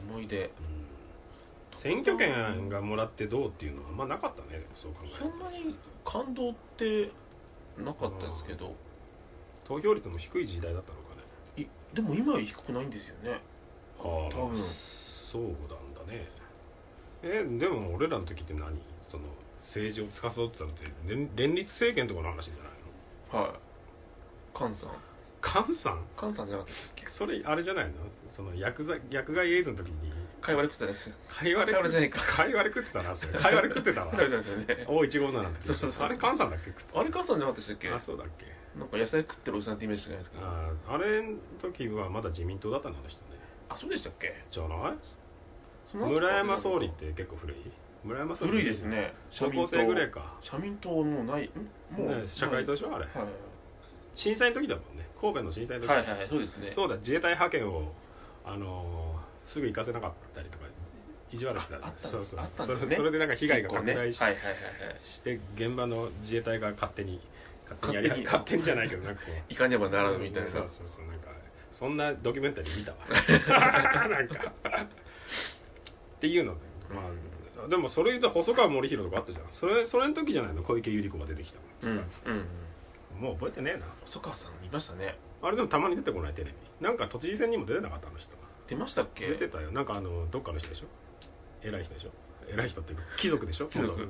選挙権がもらってどうっていうのはあんまなかったね。そう考えるとそんなに感動ってなかったですけど、 投票率も低い時代だったのかね。 でも今は低くないんですよね。多分そうなんだね。でも俺らの時って何、その政治を司ってたのって連立政権とかの話じゃないの。はい。菅さんじゃなかったっけ。それあれじゃないの、その薬害エイズの時にかいわれ食ってたです。かいわれ食ってたな。それかいわれ食ってたわO157の時。そうあれ菅さんだっけ。 あれ菅さんじゃなかったっけ。 あ、そうだっけ。 なんか野菜食ってるおじさんってイメージしかないですけど。 あれの時はまだ自民党だったんだ、あの人ね。 あ、そうでしたっけ。 じゃない。村山総理って結構古い。村山総理古いですね。 高校生ぐらいか。 社民党もうないもう社会党でしょあれ。震災の時だもんね。神戸の震災の時。 はいそうですね。 そうだ、自衛隊派遣をすぐ行かせなかったりとか意地悪した。それでなんか被害が拡大して現場の自衛隊が勝手にじゃないけどなんか行かねばならぬみたいな。 そうなんかそんなドキュメンタリー見たわなんかっていうので、まあでもそれ言うと細川守弘とかあったじゃん。それの時じゃないの、小池百合子が出てきたの。もう覚えてねえな。 細川さん見ましたね。あれでもたまに出てこないテレビ。なんか都知事選にも出てなかったの人が。 出ましたっけ。 出てたよ。なんかどっかの人でしょ。偉い人でしょ。偉い人っていうか貴族でしょ。家族っていう。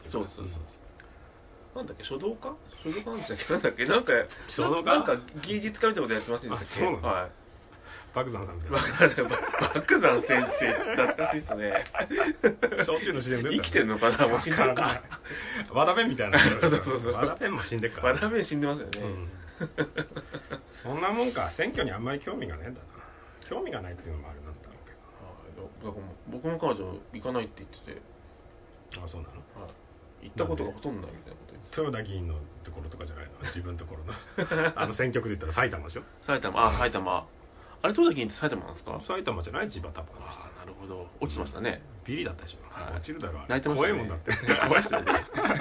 そうなんだっけ、書道家なんでしたっけ。なんか芸術家みたいなことやってませんでしたっけ。 そうなの。はい。漠山さんみたいな。 漠山先生懐かしいっすね。 焼酎の CM 出て生きてんのかな。もう死んでるか。 和田弁みたいな。 そう和田弁も死んでっから。 和田弁死んでますよね。 そんなもんか。選挙にあんまり興味がねえんだな。興味がないっていうのもあるなんだろうけど。 僕も彼女行かないって言ってて。 あ、そうなの。 行ったことがほとんどないみたいなことです。 豊田議員のところとかじゃないの。自分のところの選挙区で言ったら埼玉でしょ。 埼玉。あれ豊田議員って埼玉なんですか。 埼玉じゃない。千葉多分。 ああ、なるほど。落ちてましたね。 ビリだったでしょ。落ちるだろう。 泣いてましたね。 怖いもんだって。 怖いっすよね。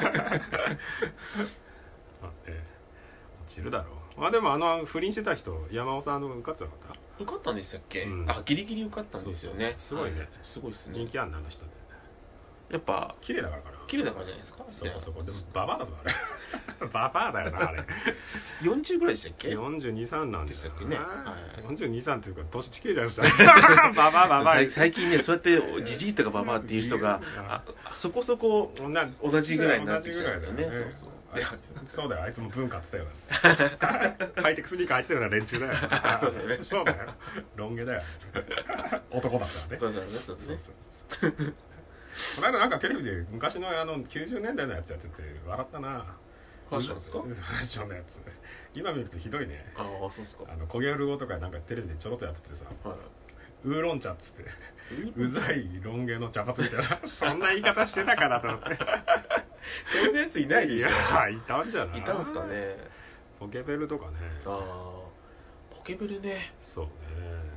落ちるだろう。まあでも不倫してた人山尾さん受かってなかった。 受かったんでしたっけ。あ、ギリギリ受かったんですよね。 すごいね。 すごいっすね。 人気あんなあの人で。 やっぱ綺麗だからかな。 綺麗だからじゃないですか。 そこでもババアだぞあれ。ババアだよなあれ。 40ぐらいでしたっけ。 42、3なんでしたっけね。42、3っていうか年近いじゃないですか。ババア。 最近ね、そうやってジジイとかババアっていう人がそこそこ同じぐらいになってきちゃうんですよね。 そうだよ、あいつも文化って言ったよな。ハイテクスニーカー履いてたような連中だよ。 そうですよね。 そうだよ。ロン毛だよ。男だったらね。 そうですね。 この間なんかテレビで昔の90年代のやつやってて笑ったな。 ファッションですか。 ファッションのやつ。今見るとひどいね。 ああ、そうですか。 コゲル語とかなんかテレビでちょろっとやっててさ、ウーロン茶っつってうざいロン毛の茶髪みたいなそんな言い方してたからと思って。 そんなやついないでしょ。 いたんじゃない。 いたんですかね。 ポケベルとかね。 ああ、ポケベルね。 そうね。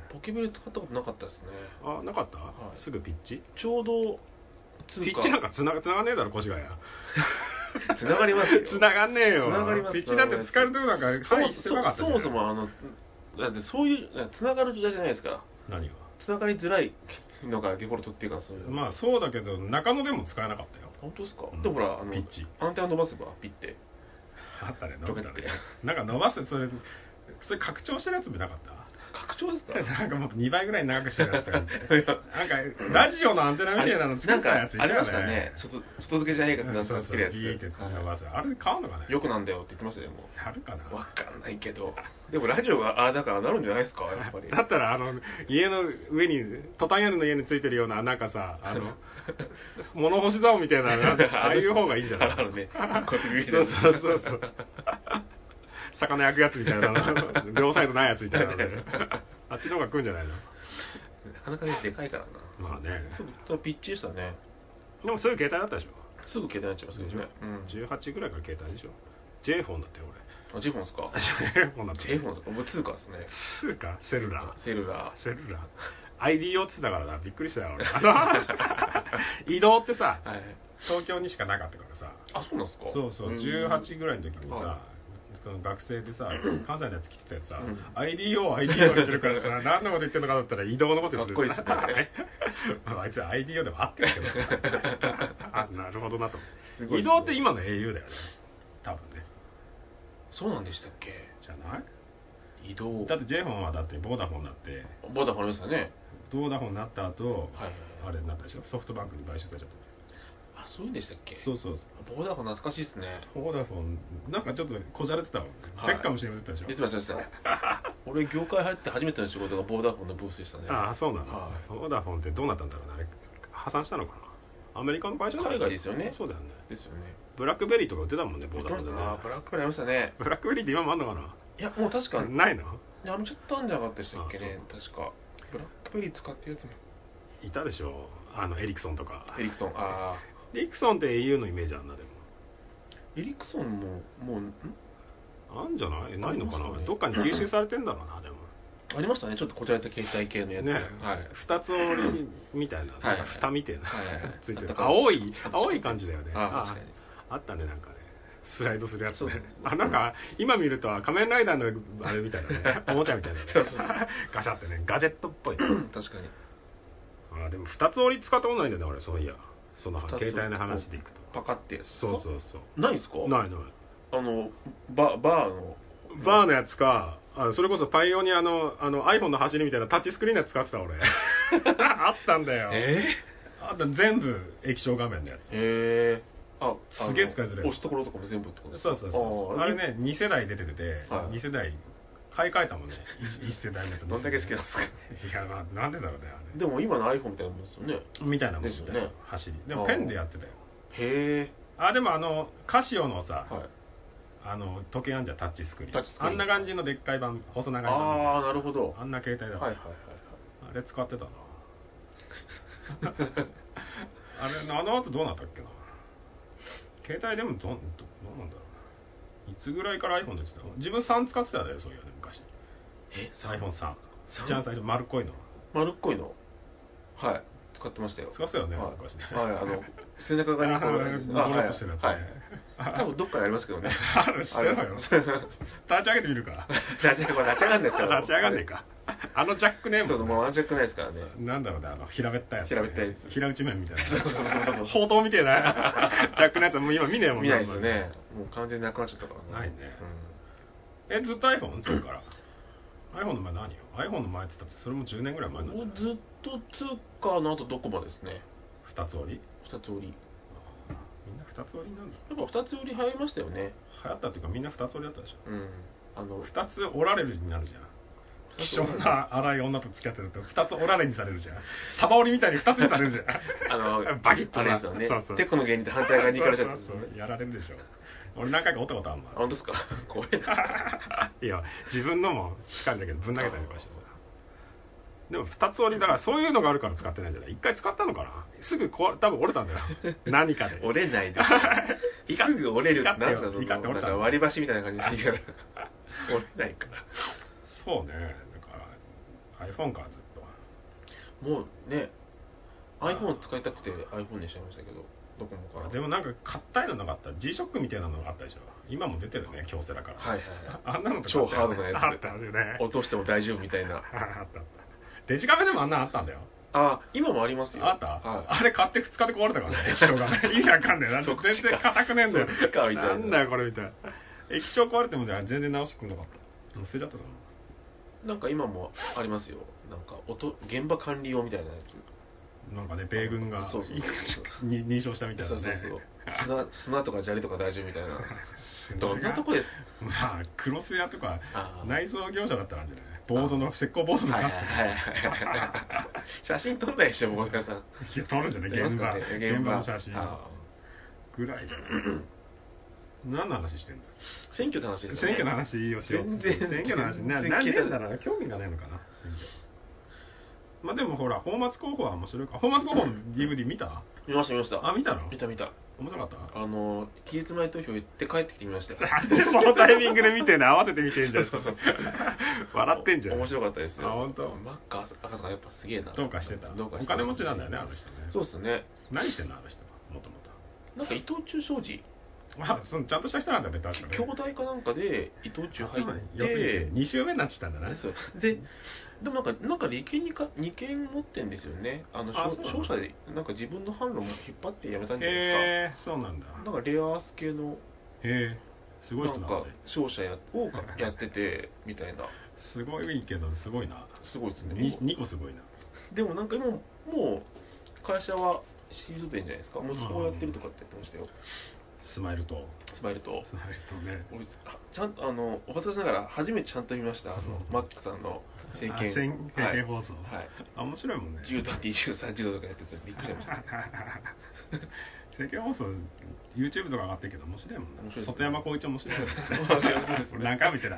ポケベル使ったことなかったですね。 あ、なかった、すぐピッチちょうどピッチなんかつながんねえだろ、越谷つながりますよ。 つながんねえよ。 つながります。 ピッチなんて使えるとこなんかそもそもだってそういうつながる時代じゃないですから。 何がつながりづらいのがデフォルトっていうか、そういう。 まあそうだけど中野でも使えなかったよ。 本当ですか？でもほらピッチアンテナ伸ばせばピッてあったね、伸びたね。なんか伸ばすそれ拡張してるやつもなかった？ 拡張ですか？ なんかもっと2倍ぐらい長くしてるやつなんかラジオのアンテナみたいなの作ったやついたよね。 ありましたね。外付けじゃねえかってなんかつけるやつ。 ビーって伸ばす。あれ買うのかね。 よくなんだよって言ってましたよ。もうあるかな。 わかんないけど。でもラジオがだからなるんじゃないですか、やっぱり。 だったら家の上にトタン屋根の家についてるようななんかさ物干し竿みたいなああいう方がいいんじゃない？そう魚焼くやつみたいな両サイドないやつみたいなあっちの方が食うんじゃないの？ なかなかねでかいからな。 まあね。 そうピッチでしたね。 でもすぐ携帯だったでしょ？ すぐ携帯になっちゃいますね。 18ぐらいから携帯でしょ？ J フォンだって俺。 あ、J フォンですか？ J フォンだって。 J フォンですか？僕通貨ですね。 通貨？セルラー ID 用っつったからな、びっくりしたよ俺。移動ってさ、東京にしかなかったからさ。 あ、そうなんですか？ そう18ぐらいの時にさ、学生でさ、関西のやつ来てたやつさ、ID 用言ってるからさ、何のこと言ってんのかだったら移動のこと言ってる。かっこいいっすね。あいつ ID 用でも合ってるけどあ、なるほどなと思って。移動って今の au だよね、多分ね。 そうなんでしたっけ？ じゃない？移動だって J フォンはだってボーダフォンになって、 ボーダフォンありましたね。 ボーダフォンになった後、あれになったでしょ、ソフトバンクに買収されちゃった。 あ、そういうんでしたっけ？ そうボーダフォン懐かしいっすね。 ボーダフォンなんかちょっとこじゃれてたもん。ベッカム氏にも出てたでしょ。 出てました俺業界入って初めての仕事がボーダフォンのブースでしたね。 ああ、そうなの。ボーダフォンってどうなったんだろうな、あれ破産したのかな。アメリカの会社だよね。 海外ですよね。 そうだよね。 ですよね。 ブラックベリーとか売ってたもんね、ボーダフォンでね。 ああ、ブラックベリーありましたね。 ブラックベリーって今もあんのかな。 いや、もう確かにないの？ やめちゃったんじゃなかったでしたっけね。確かブラックベリー使ってるやつもいたでしょ。エリクソンとか。 エリクソン、 エリクソンって au のイメージあんな。でもエリクソンももうあんじゃない？ないのかな。どっかに吸収されてんだろうな。でもありましたね、ちょっっとこじられた携帯系のやつね。 二つ折りみたいな蓋みたいなついてる青い感じだよね。あったね、なんかねスライドするやつね。なんか今見ると仮面ライダーのあれみたいなね、おもちゃみたいなガシャってね、ガジェットっぽい。確かに。でも二つ折り使ったことないんだよね俺。そういや、その携帯の話でいくとパカってやつ。 そうないですか？ない。バーのやつか、それこそパイオニアのiPhone の走りみたいなタッチスクリーンのやつ使ってた俺あったんだよ。あった全部液晶画面のやつ。すげえ使いづらい。 押すところとかも全部ってことですか？ そうあれね、2世代出てて、2世代買い替えたもんね。1世代目と。 どんだけ好きなんですか？いや、なんでだろうね。 でも今の iPhone みたいなもんですよね。 みたいなもんですよね。走りでもペンでやってたよ。 へえ。 でもカシオのさ、時計あんじゃん、タッチスクリーン。あんな感じのでっかい版、細長い版みたいな。 なるほど。 あんな携帯だ。あれ使ってたなあれあの後どうなったっけな。携帯でもどうなんだろう。いつぐらいから iPhone で使ってたの？自分3使ってたよね、そういうの昔。iPhone3。一番最初丸っこいの。 丸っこいの。使ってましたよ。 使ってたよね、昔ね。 背中がボロッとしてるやつね。 多分どっかにありますけどね。 知ってるのよ。立ち上げてみるか。 立ち上がんないですから。 立ち上がんねえか。ジャックね。 そう、もうジャックないですからね。 なんだろうね、平べったいやつ。 平べったいやつ。 平打ち麺みたいな。そう。ほうとうみてえな。ジャックのやつはもう今見ねえもん。 見ないですね。もう完全になくなっちゃったからね。ないね。ずっと iPhone？ それから。iPhone の前何よ？ iPhone の前って言ったってそれも10年ぐらい前なんだよね。 ずっと通貨の後どこまでですね。 二つ折り。 二つ折り。 みんな二つ折りなんだ。 やっぱ二つ折り流行りましたよね。 流行ったっていうかみんな二つ折りだったでしょ。 二つ折られるになるじゃん。希少な荒い女と付き合ってると二つ折られにされるじゃん。サバ折りみたいに二つにされるじゃん。バキッとさ。 そう。テコの原理と反対側に行かれちゃった。 やられるでしょ。俺何回か折ったことあるの。 本当ですか？怖いな。 いや、自分のもしかりだけどぶん投げたりとかしてさ。でも二つ折りだからそういうのがあるから使ってないんじゃない？一回使ったのかな。すぐ多分折れたんだよ。何かで。 折れないです。すぐ折れる。なんですかその割り箸みたいな感じで折れないから。 そうね。だから iPhone かずっともうね iPhone 使いたくて iPhone にしちゃいましたけどドコモから。 でもなんか硬いのなかった G-SHOCK みたいなのがあったでしょ。今も出てるね京セラから。 はいはいはい、あんなのとか超ハードなやつあったよね。 落としても大丈夫みたいなあったあった。デジカメでもあんなのあったんだよ。 あ、今もありますよ。 あった、はい、あれ買って2日で壊れたからね液晶がね意味わかんねえな全然硬くねえんだよ。 そっちかみたいな。 なんだよこれみたいな。液晶壊れても全然直してくんなかった。もう捨てちゃったさ。 なんか今もありますよ。なんか現場管理用みたいなやつ。 なんかね米軍が認証したみたいなね。 そう砂とか砂利とか大丈夫みたいなどんなとこでまあクロス屋とか内装業者だったらじゃないボードの石膏ボードのカスとか写真撮んないでしょボード屋さん。いや撮るんじゃない現場の写真ぐらいじゃない何の話してんだ。 選挙の話ですね。選挙の話をしよう。選挙の話何年だろう興味がないのかな選挙。まあでもほら泡沫候補は面白いか。泡沫候補の DVD 見た？ 見ました。 あ見たの？ 見た面白かった。期日前投票行って帰ってきてみました。 なんでそのタイミングで見てんの合わせて見てんじゃん。そう笑ってんじゃん。 面白かったですよ。 あ本当。 マッカー赤さんがやっぱすげえな。 どうかしてた。お金持ちなんだよねあの人ね。 そうですね。 何してんのあの人もともと。 なんか伊藤忠商事。 そのちゃんとした人なんだね確かに。 兄弟かなんかで伊藤忠入って 2周目になっちゃったんだね。 でもなんか2件持ってんですよね。商社でなんか自分の販路も引っ張って辞めたんじゃないですか。そうなんだ。 なんかレアアース系のすごい人なんか商社をやっててみたいな。 すごいけどすごいな。 すごいですね。 2個すごいな。 でもなんか今もう会社はシード店じゃないですか。息子をやってるとかって言ってましたよ。 スマイルとね。ちゃんとお恥ずかしながら初めてちゃんと見ました。マックさんの政見放送。面白いもんね。 10度20度30度とかやっててびっくりしました。 政見放送 YouTube とか上がってるけど面白いもんね。外山光一面白い。何回も見てない。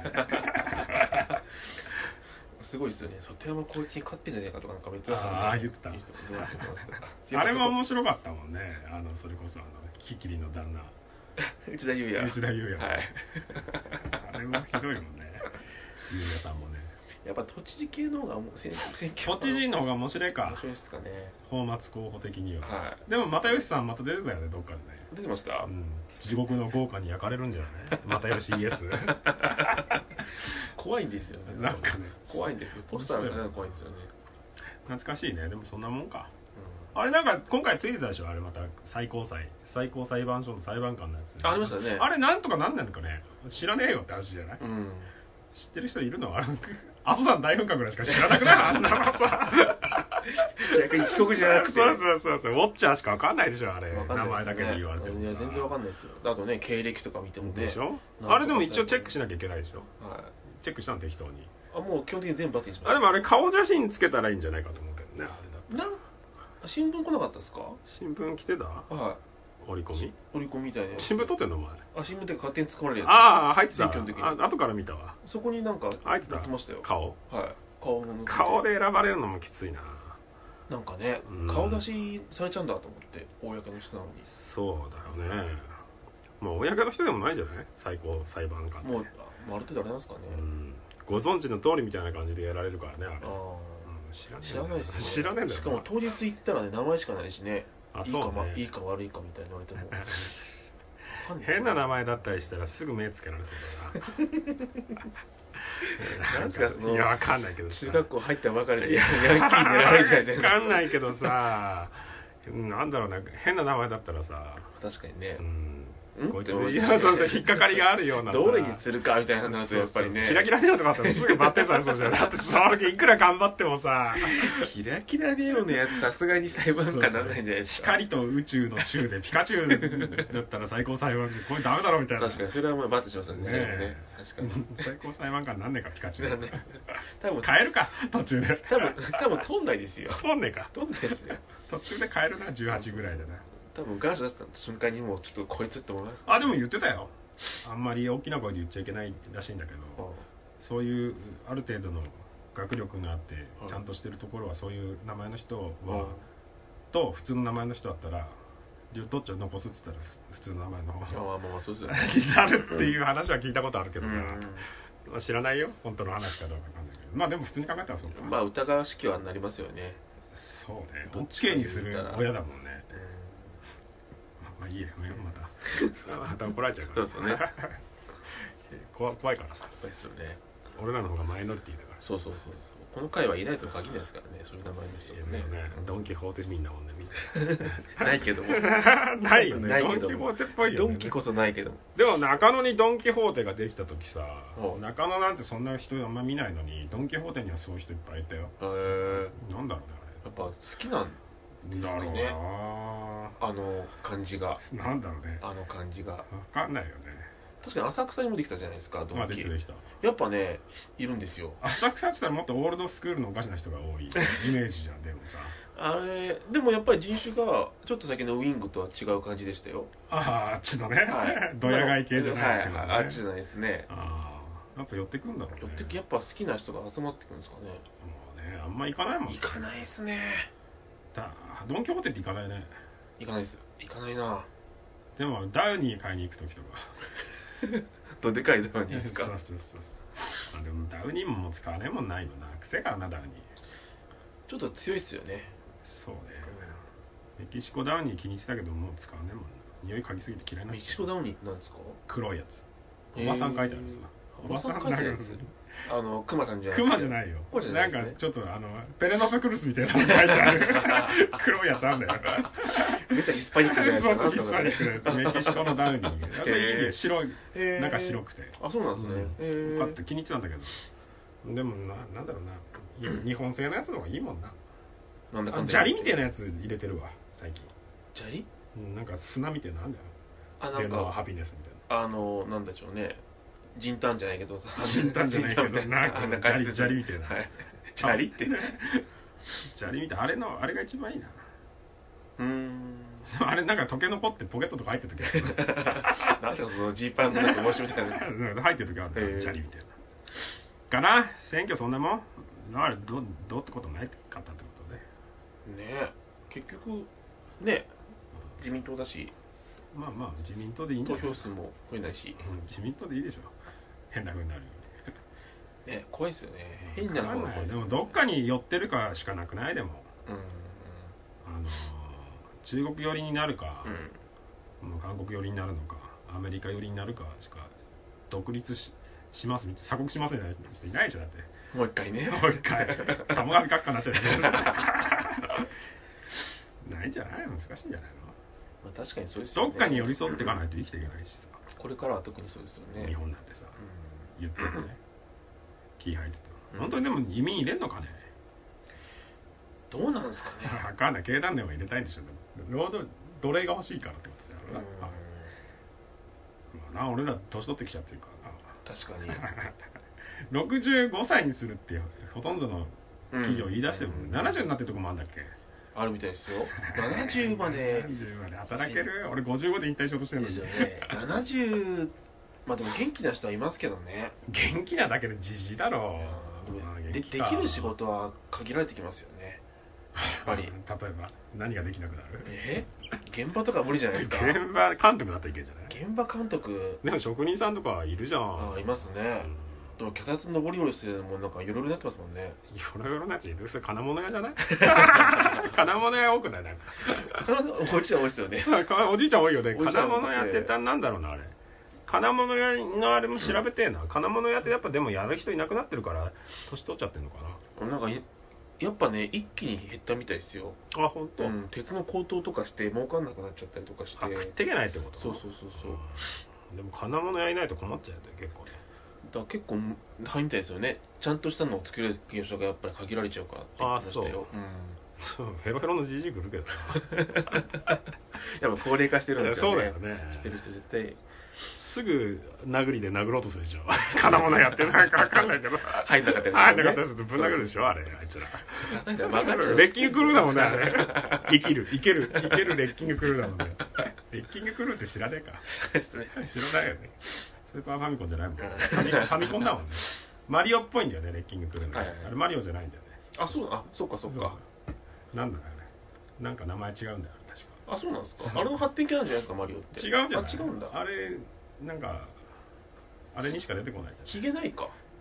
すごいですよね。外山光一に勝ってんじゃねえかとかなんか言ってましたね。 ああ言ってた。あれも面白かったもんね。それこそキキリの旦那内田裕也。 はい。あれもひどいもんね。裕也さんもね。 やっぱ都知事系の方が選挙都知事の方が面白いか。 面白いですかね。 泡沫候補的には。 はい。 でも又吉さんまた出てたよねどっかでね。 出てました。 地獄の豪華に焼かれるんじゃない？又吉イエス。 怖いんですよね。 なんかね。 怖いんですよ。ポスターが怖いんですよね。 懐かしいね。でもそんなもんか。あれなんか今回ついてたでしょあれまた最高裁判所の裁判官のやつ、 ありましたね。 あれなんとかなんないのかね。知らねえよって話じゃない、知ってる人いるの？阿蘇山大噴火ぐらいしか知らなくない？あんなのさ逆に被告じゃなくてそうウォッチャーしか分かんないでしょあれ。名前だけで言われてもさ。 いや全然分かんないですよ。あとね経歴とか見てもね。 でしょ。あれでも一応チェックしなきゃいけないでしょ。チェックしたの適当に。 もう基本的に全部バツにしました。 でもあれ顔写真つけたらいいんじゃないかと思うけどねあれだ。 新聞来なかったですか？ 新聞来てた？ はい。 折り込みみたいな。 新聞撮ってんのお前？ 新聞で勝手に使われるやつ。 ああ入ってた。後から見たわ。 そこになんか入ってた。 来ましたよ。 顔？ はい。 顔で選ばれるのもきついな。 なんかね、顔出しされちゃうんだと思って公の人なのに。 そうだよね。もう公の人でもないじゃない？最高裁判官。 もうある程度ありますかね。 ご存知の通りみたいな感じでやられるからねあれ。 知らないですよね。 知らねえんだよ。 しかも当日行ったらね名前しかないしね。 いいか悪いかみたいに言われても変な名前だったりしたらすぐ目つけられそうだな。 なんですかその。 いやわかんないけど中学校入ったばかりでヤンキー狙われるじゃないですか。 わかんないけどさなんだろうな変な名前だったらさ確かにね。 こいついやそう引っかかりがあるようなさどれにするかみたいなのとやっぱりねキラキラネオとかあったらすぐバッテンされそうじゃん。だってその時いくら頑張ってもさキラキラネオのやつさすがに裁判官なんないんじゃないですか。 光と宇宙の宙でピカチュウだったら最高裁判官これダメだろみたいな。 確かにそれはもうバツしますよね。確かに最高裁判官なんねえかピカチュウ多分変えるか途中で多分通んないですよ。 通んねえか通んないですよ。 途中で変えるな18ぐらいでね。 多分願書出した瞬間にもうちょっとこいつって思います。 でも言ってたよ。あんまり大きな声で言っちゃいけないらしいんだけど、そういうある程度の学力があってちゃんとしてるところはそういう名前の人はと普通の名前の人だったらどっちを残すって言ったら普通の名前の方そうですよね。 になるっていう話は聞いたことあるけどな、知らないよ本当の話かどうかわかんないけど。 まあでも普通に考えたらそうか。 まあ疑わしきはなりますよね。 そうね、OK にする親だもんね。まあいいや、また怒られちゃうから。 そうですよね。 怖いからさ。 怖いですよね。 俺らの方がマイノリティだから。 そうこの回はいないと限らないですからね、そういう名前の人ね。 ドン・キホーテ民だもんね、みんな。ないけども。 ないよね、ドン・キホーテっぽいよね。 ドンキこそないけども。 でも中野にドン・キホーテができた時さ、中野なんてそんな人あんま見ないのに、ドン・キホーテにはそういう人いっぱいいたよ。なんだろうね、あれ。 やっぱ好きなんですかね。あの感じが。 なんだろうね。 あの感じが。わかんないよね。 確かに浅草にもできたじゃないですか、ドンキ。 できた。 やっぱね、いるんですよ。 浅草って言ったらもっとオールドスクールのおかしな人が多いイメージじゃん。でもさ、 あれでもやっぱり人種がちょっと先のウィングとは違う感じでしたよ。 あっちのね、ドヤ街系じゃないってことね。 あっちじゃないですね。 やっぱ寄ってくんだろうね。 やっぱ好きな人が集まってくるんですかね。もうね、あんま行かないもんね。 行かないですね。 ドン・キホーテって行かないね。 行かないです。行かないな。 でもダウニー買いに行く時とかどでかいダウニーですか。 そうでもダウニーももう使わないもんないよな。癖からな、ダウニーちょっと強いっすよね。 そうね、メキシコダウニー気にしてたけどもう使わねえもんな。匂い嗅ぎすぎて嫌いな。 メキシコダウニーって何ですか。 黒いやつ。おばさん書いてあるさ。 おばさん書いてあるやつ。クマさんじゃない。 クマじゃないよ。なんかちょっとペレノペクルスみたいなの書いてある黒いやつあんだよ。 めっちゃヒスパニックじゃないですか。 そうヒスパニックです。メキシコのダウニー。白い、なんか白くて。 あ、そうなんですね。 よかった気に入ってたんだけど。でもなんだろうな。日本製のやつの方がいいもんな。なんだかんだ。砂利みたいなやつ入れてるわ最近。 砂利？ なんか砂みたいななんだよ。 なんかハピネスみたいな。なんでしょうね。ジンタンじゃないけどさ。 ジンタンじゃないけどなんか砂利みたいな。 砂利って。 砂利みたいなあれが一番いいな。あれなんか溶け残ってポケットとか入ってる時ある。なんですかそのジーパンのなんか帽子みたいな。 入ってる時ある。砂利みたいな。かな。選挙そんなもん。あれどうってことないかったってことで。 ねえ結局ね自民党だし。 まあ自民党でいいんじゃない。 投票数も増えないし。 自民党でいいでしょ。変な風になるように。ね怖いですよね。変になる方が怖い。 でもどっかに寄ってるかしかなくない。でも中国寄りになるか、韓国寄りになるのか、アメリカ寄りになるかしか独立しますみたいな、鎖国しますみたいな人いないでしょ。だってもう一回ね。 もう一回玉紙閣下になっちゃうないんじゃない。難しいんじゃないの。 まあ確かにそうですよね。 どっかに寄り添っていかないと生きていけないしさ。 これからは特にそうですよね。 日本なんてさ、言ってもね気入ってた。本当にでも移民入れんのかね。 どうなんですかね。 分かんない。経団連は入れたいんでしょ。奴隷が欲しいからってことだよな。まあな、俺ら年取ってきちゃってるからな。 確かに 65歳にするってほとんどの企業言い出してるもん。70になってるとこもあるんだっけ。 あるみたいですよ。70まで働ける。俺55で引退しようとしてるのにですよね。70まあでも元気な人はいますけどね。 元気なだけでじじいだろう。できる仕事は限られてきますよね。やっぱり例えば何ができなくなる。 現場とか無理じゃないですか。 現場監督だったらいけんじゃない。 現場監督でも職人さんとかいるじゃん。 いますね。でも脚立上り下りしてるのもなんかヨロヨロになってますもんね。 ヨロヨロのやついる。それ金物屋じゃない。金物屋多くない。なんかおじいちゃん多いですよね。 おじいちゃん多いよね。金物屋ってなんだろうな。あれ金物屋のあれも調べてえな。金物屋ってやっぱでもやる人いなくなってるから年取っちゃってんのかな。 なんかやっぱね一気に減ったみたいですよ。 あ、本当。 鉄の高騰とかして儲かんなくなっちゃったりとかして。 食っていけないってこと。 そう。 でも金物屋いないと困っちゃうよ結構ね。 だから結構入みたいですよね。ちゃんとしたのを作れる業者がやっぱり限られちゃうからって言ってましたよ。 そうヘロヘロのじじい来るけどな。 やっぱ高齢化してるんですよね。 そうだよね。 してる人絶対すぐ殴りで殴ろうとするでしょ。金物やってなんか分かんないけど入んなかったです入んなかったですとぶん殴るでしょ。あれあいつらレッキングクルーだもんね。あれいけるレッキングクルーだもんね。レッキングクルーって知らねえか。 ですね。 知らないよね。スーパーファミコンじゃないもん。ファミコンだもんね。マリオっぽいんだよねレッキングクルー。あれマリオじゃないんだよね。 そうかなんだよね。なんか名前違うんだよ確か。 あ、そうなんですか。あれの発展系なんじゃないですかマリオって。 違うんじゃない。 違うんだ。 あれなんかあれにしか出てこない。 ヒゲないか。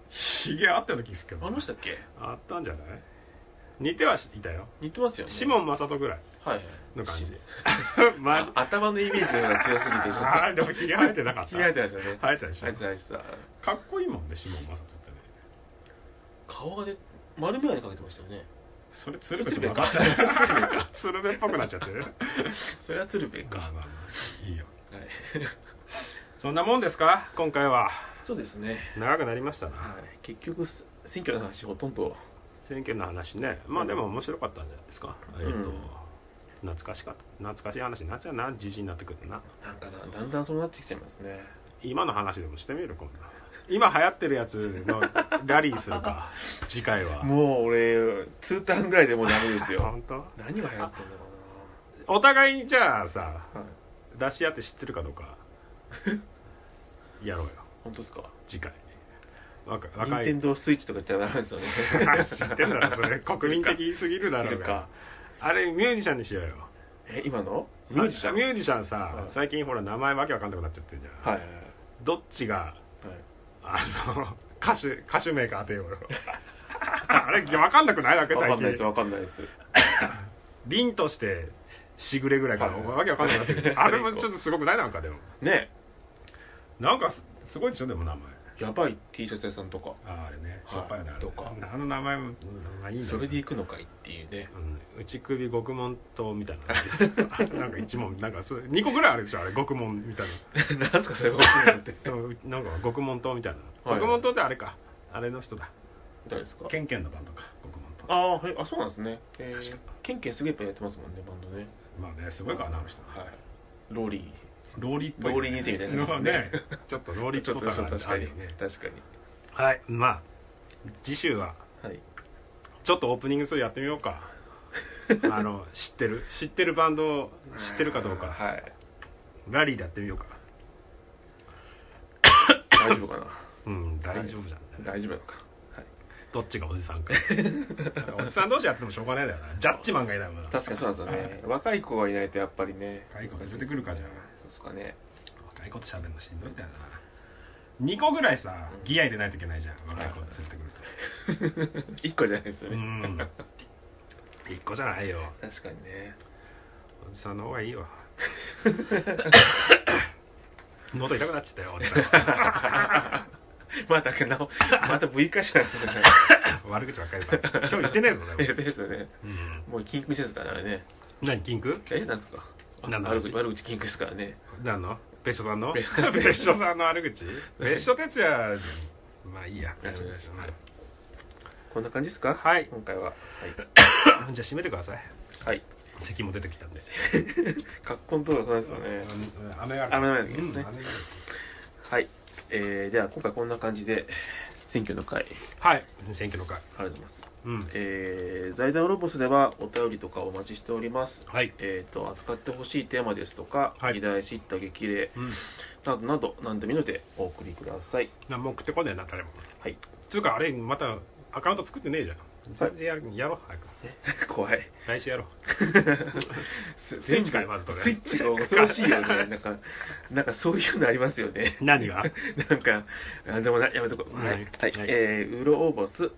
ひげあったような気するけど。 ありましたっけ？ あったんじゃない？似てはいたよ。 似てますよね。 シモン・マサトぐらいの感じ。 頭のイメージの方が強すぎてちょっと。 ああ、でもひげ生えてなかった。 ひげ生えてましたね。 生えてたでしょ。 生えてた。 かっこいいもんね、シモン・マサトってね。 顔が丸眼鏡かけてましたよね。 それ鶴瓶か。鶴瓶っぽくなっちゃってる。 それは鶴瓶か。 いいよ。そんなもんですか、今回は。 そうですね。 長くなりましたな。 結局選挙の話ほとんど。 選挙の話ね。まあでも面白かったんじゃないですか。懐かしい話になっちゃうな、じじいになってくるな。 なんかだんだんそうなってきちゃいますね。 今の話でもしてみる、今度。今流行ってるやつのラリーするか。次回はもう俺2ターンぐらいでもうダメですよ。 本当？ 何が流行ってんだろうな。 お互いにじゃあさ、出し合って知ってるかどうかやろうよ。 本当ですか？ 次回任天堂スイッチとか言っちゃダメですよね。 知ってんだろそれ。国民的すぎるだろうが。あれミュージシャンにしようよ。 今のミュージシャンさ、最近ほら名前わけわかんなくなっちゃってるじゃん。どっちが歌手名か当てようよ。あれわかんなくないわけ最近。 わかんないです。 凛としてしぐれぐらいからわけわかんなくなってる。あれもちょっとすごくない？なんかでもね、 なんかすごいでしょでも名前。 やばい T シャツ屋さんとか。 あれね、しょっぱいなとか。 あの名前もいいんだよ。 それで行くのかいっていうね。 内首獄門島みたいな。なんか一問なんか2個ぐらいあるでしょあれ獄門みたいな。なんすかそれ獄門って。 なんか獄門島みたいな。獄門島ってあれか。あれの人だ。 誰ですか？ ケンケンのバンドか。獄門島。 あ、そうなんですね。ケンケンすげえいっぱいやってますもんねバンドね。 まあね、すごいからなあの人。 はい。ローリーっぽい。 ローリー2世みたいなね。ちょっとローリーっぽさがあるよね。 確かに。 はい、まあ次週はちょっとオープニング2やってみようか。知ってるバンドを知ってるかどうか。ラリーでやってみようか。 大丈夫かな。 大丈夫じゃん。 大丈夫なのか。 どっちがおじさんか。おじさん同士やってもしょうがないだよな。ジャッジマンがいないもんな。 確かにそうなんですよね。若い子がいないとやっぱりね。 若い子連れてくるかじゃん。 そうですかね。 若い子と喋るのしんどいんだよな。2個ぐらいさギア入れないといけないじゃん。若い子連れてくると。 1個じゃないですよね。 1個じゃないよ。 確かにね。 おじさんの方がいいよ。喉痛くなっちゃったよおじさん。 また V 化しないですね。 悪口ばっかりだ。今日言ってねえぞ。 言ってですよね。もう禁句ですからね。 何禁句？ なんですか？悪口禁句ですからね。 何の？別所さんの？別所さんの悪口？別所哲也。まあいいや。 こんな感じですか？ はい。 今回は。 じゃあ締めてください。 はい。 咳も出てきたんで。 格好のところそうですよね。雨がですね。はい。では今回こんな感じで選挙の会。 はい。選挙の会。 ありがとうございます。財団ロボスではお便りとかお待ちしております。 はい。 扱ってほしいテーマですとか、議題知った激励などなど何でもいいのでお送りください。 何も送ってこねえな誰も。 はい。 つうかあれまたアカウント作ってねえじゃん。やろう早く。 怖い。 来週やろう。スイッチかいまずとね。 スイッチが恐ろしいよね。なんかそういうのありますよね。 何が？ なんかでもやめとこう。はい。うろおぼす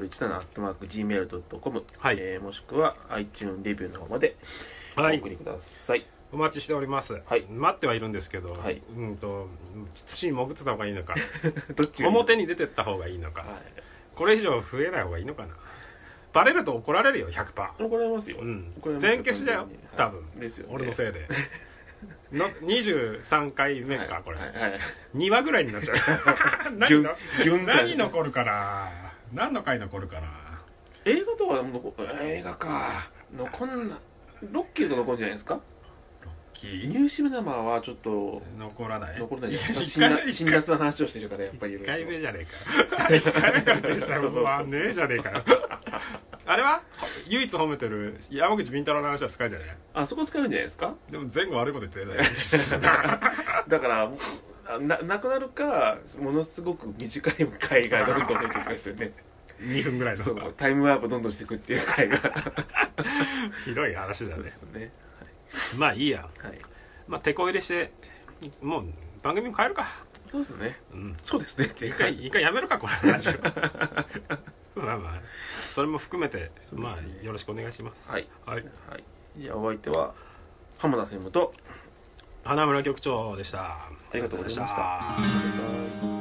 2017@gmail.com もしくは iTunes レビューの方までお送りください。 お待ちしております。待ってはいるんですけど、土に潜ってた方がいいのか、表に出てった方がいいのか、これ以上増えない方がいいのかな。バレると怒られるよ 100%。 怒られますよ。 全消しだよ多分。俺のせいで。23回目かこれ。2話ぐらいになっちゃう。何残るかな。何の回残るかな。 映画とか映画か残んな。ロッキーと残るんじゃないですか。ニューシネマはちょっと残らない。 辛辣な話をしてるからやっぱり 1回目じゃねえか。1回目から電車はねえじゃねえかよ。あれは唯一褒めてる山口敏太郎の話は使えるんじゃない？ あそこ使えるんじゃないですか。 でも前後悪いこと言ってるね。 だからなくなるかものすごく短い回がどんどん出てくるんですよね。 2分ぐらいの。 そうタイムワープどんどんしていくっていう回がひどい話だね。 そうですよね。 まあいいや。まあ手こ入れしてもう番組も変えるか。 そうですね、うん、そうですねって一回やめるかこれラジオまあまあそれも含めて、ね、まあよろしくお願いします。 はいはい、はい、じゃあお相手は浜田専務と花村局長でした。 ありがとうございました。